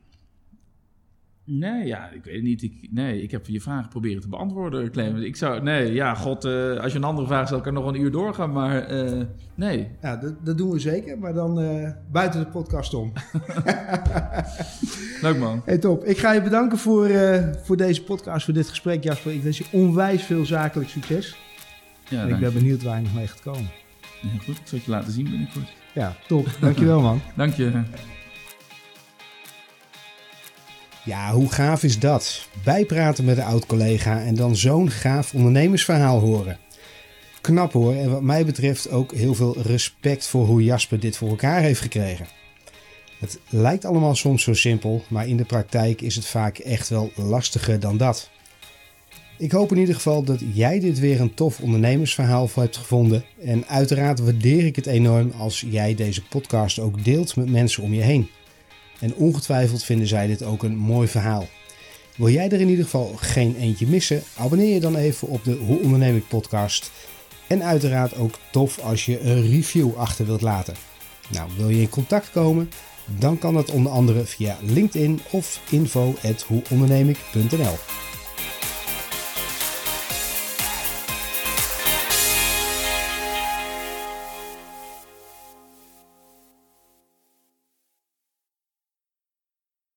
Nee, ja, ik weet het niet. Ik, nee, ik heb je vraag proberen te beantwoorden, Clemens. Ik zou, nee, ja, god, uh, als je een andere vraag stelt, kan ik nog een uur doorgaan, maar uh, nee. Ja, dat, dat doen we zeker, maar dan uh, buiten de podcast om. Leuk, man. Hey, top. Ik ga je bedanken voor, uh, voor deze podcast, voor dit gesprek, Jasper. Ik wens je onwijs veel zakelijk succes. Ja, en ik ben benieuwd waar je nog mee gaat komen. Ja, goed, ik zal het je laten zien binnenkort. Ja, top. Dankjewel, man. Dank je. Ja, hoe gaaf is dat? Bijpraten met een oud-collega en dan zo'n gaaf ondernemersverhaal horen. Knap hoor, en wat mij betreft ook heel veel respect voor hoe Jasper dit voor elkaar heeft gekregen. Het lijkt allemaal soms zo simpel, maar in de praktijk is het vaak echt wel lastiger dan dat. Ik hoop in ieder geval dat jij dit weer een tof ondernemersverhaal hebt gevonden. En uiteraard waardeer ik het enorm als jij deze podcast ook deelt met mensen om je heen. En ongetwijfeld vinden zij dit ook een mooi verhaal. Wil jij er in ieder geval geen eentje missen? Abonneer je dan even op de Hoe Onderneem Ik podcast. En uiteraard ook tof als je een review achter wilt laten. Nou, wil je in contact komen? Dan kan dat onder andere via LinkedIn of info at hoe onderneem ik punt n l.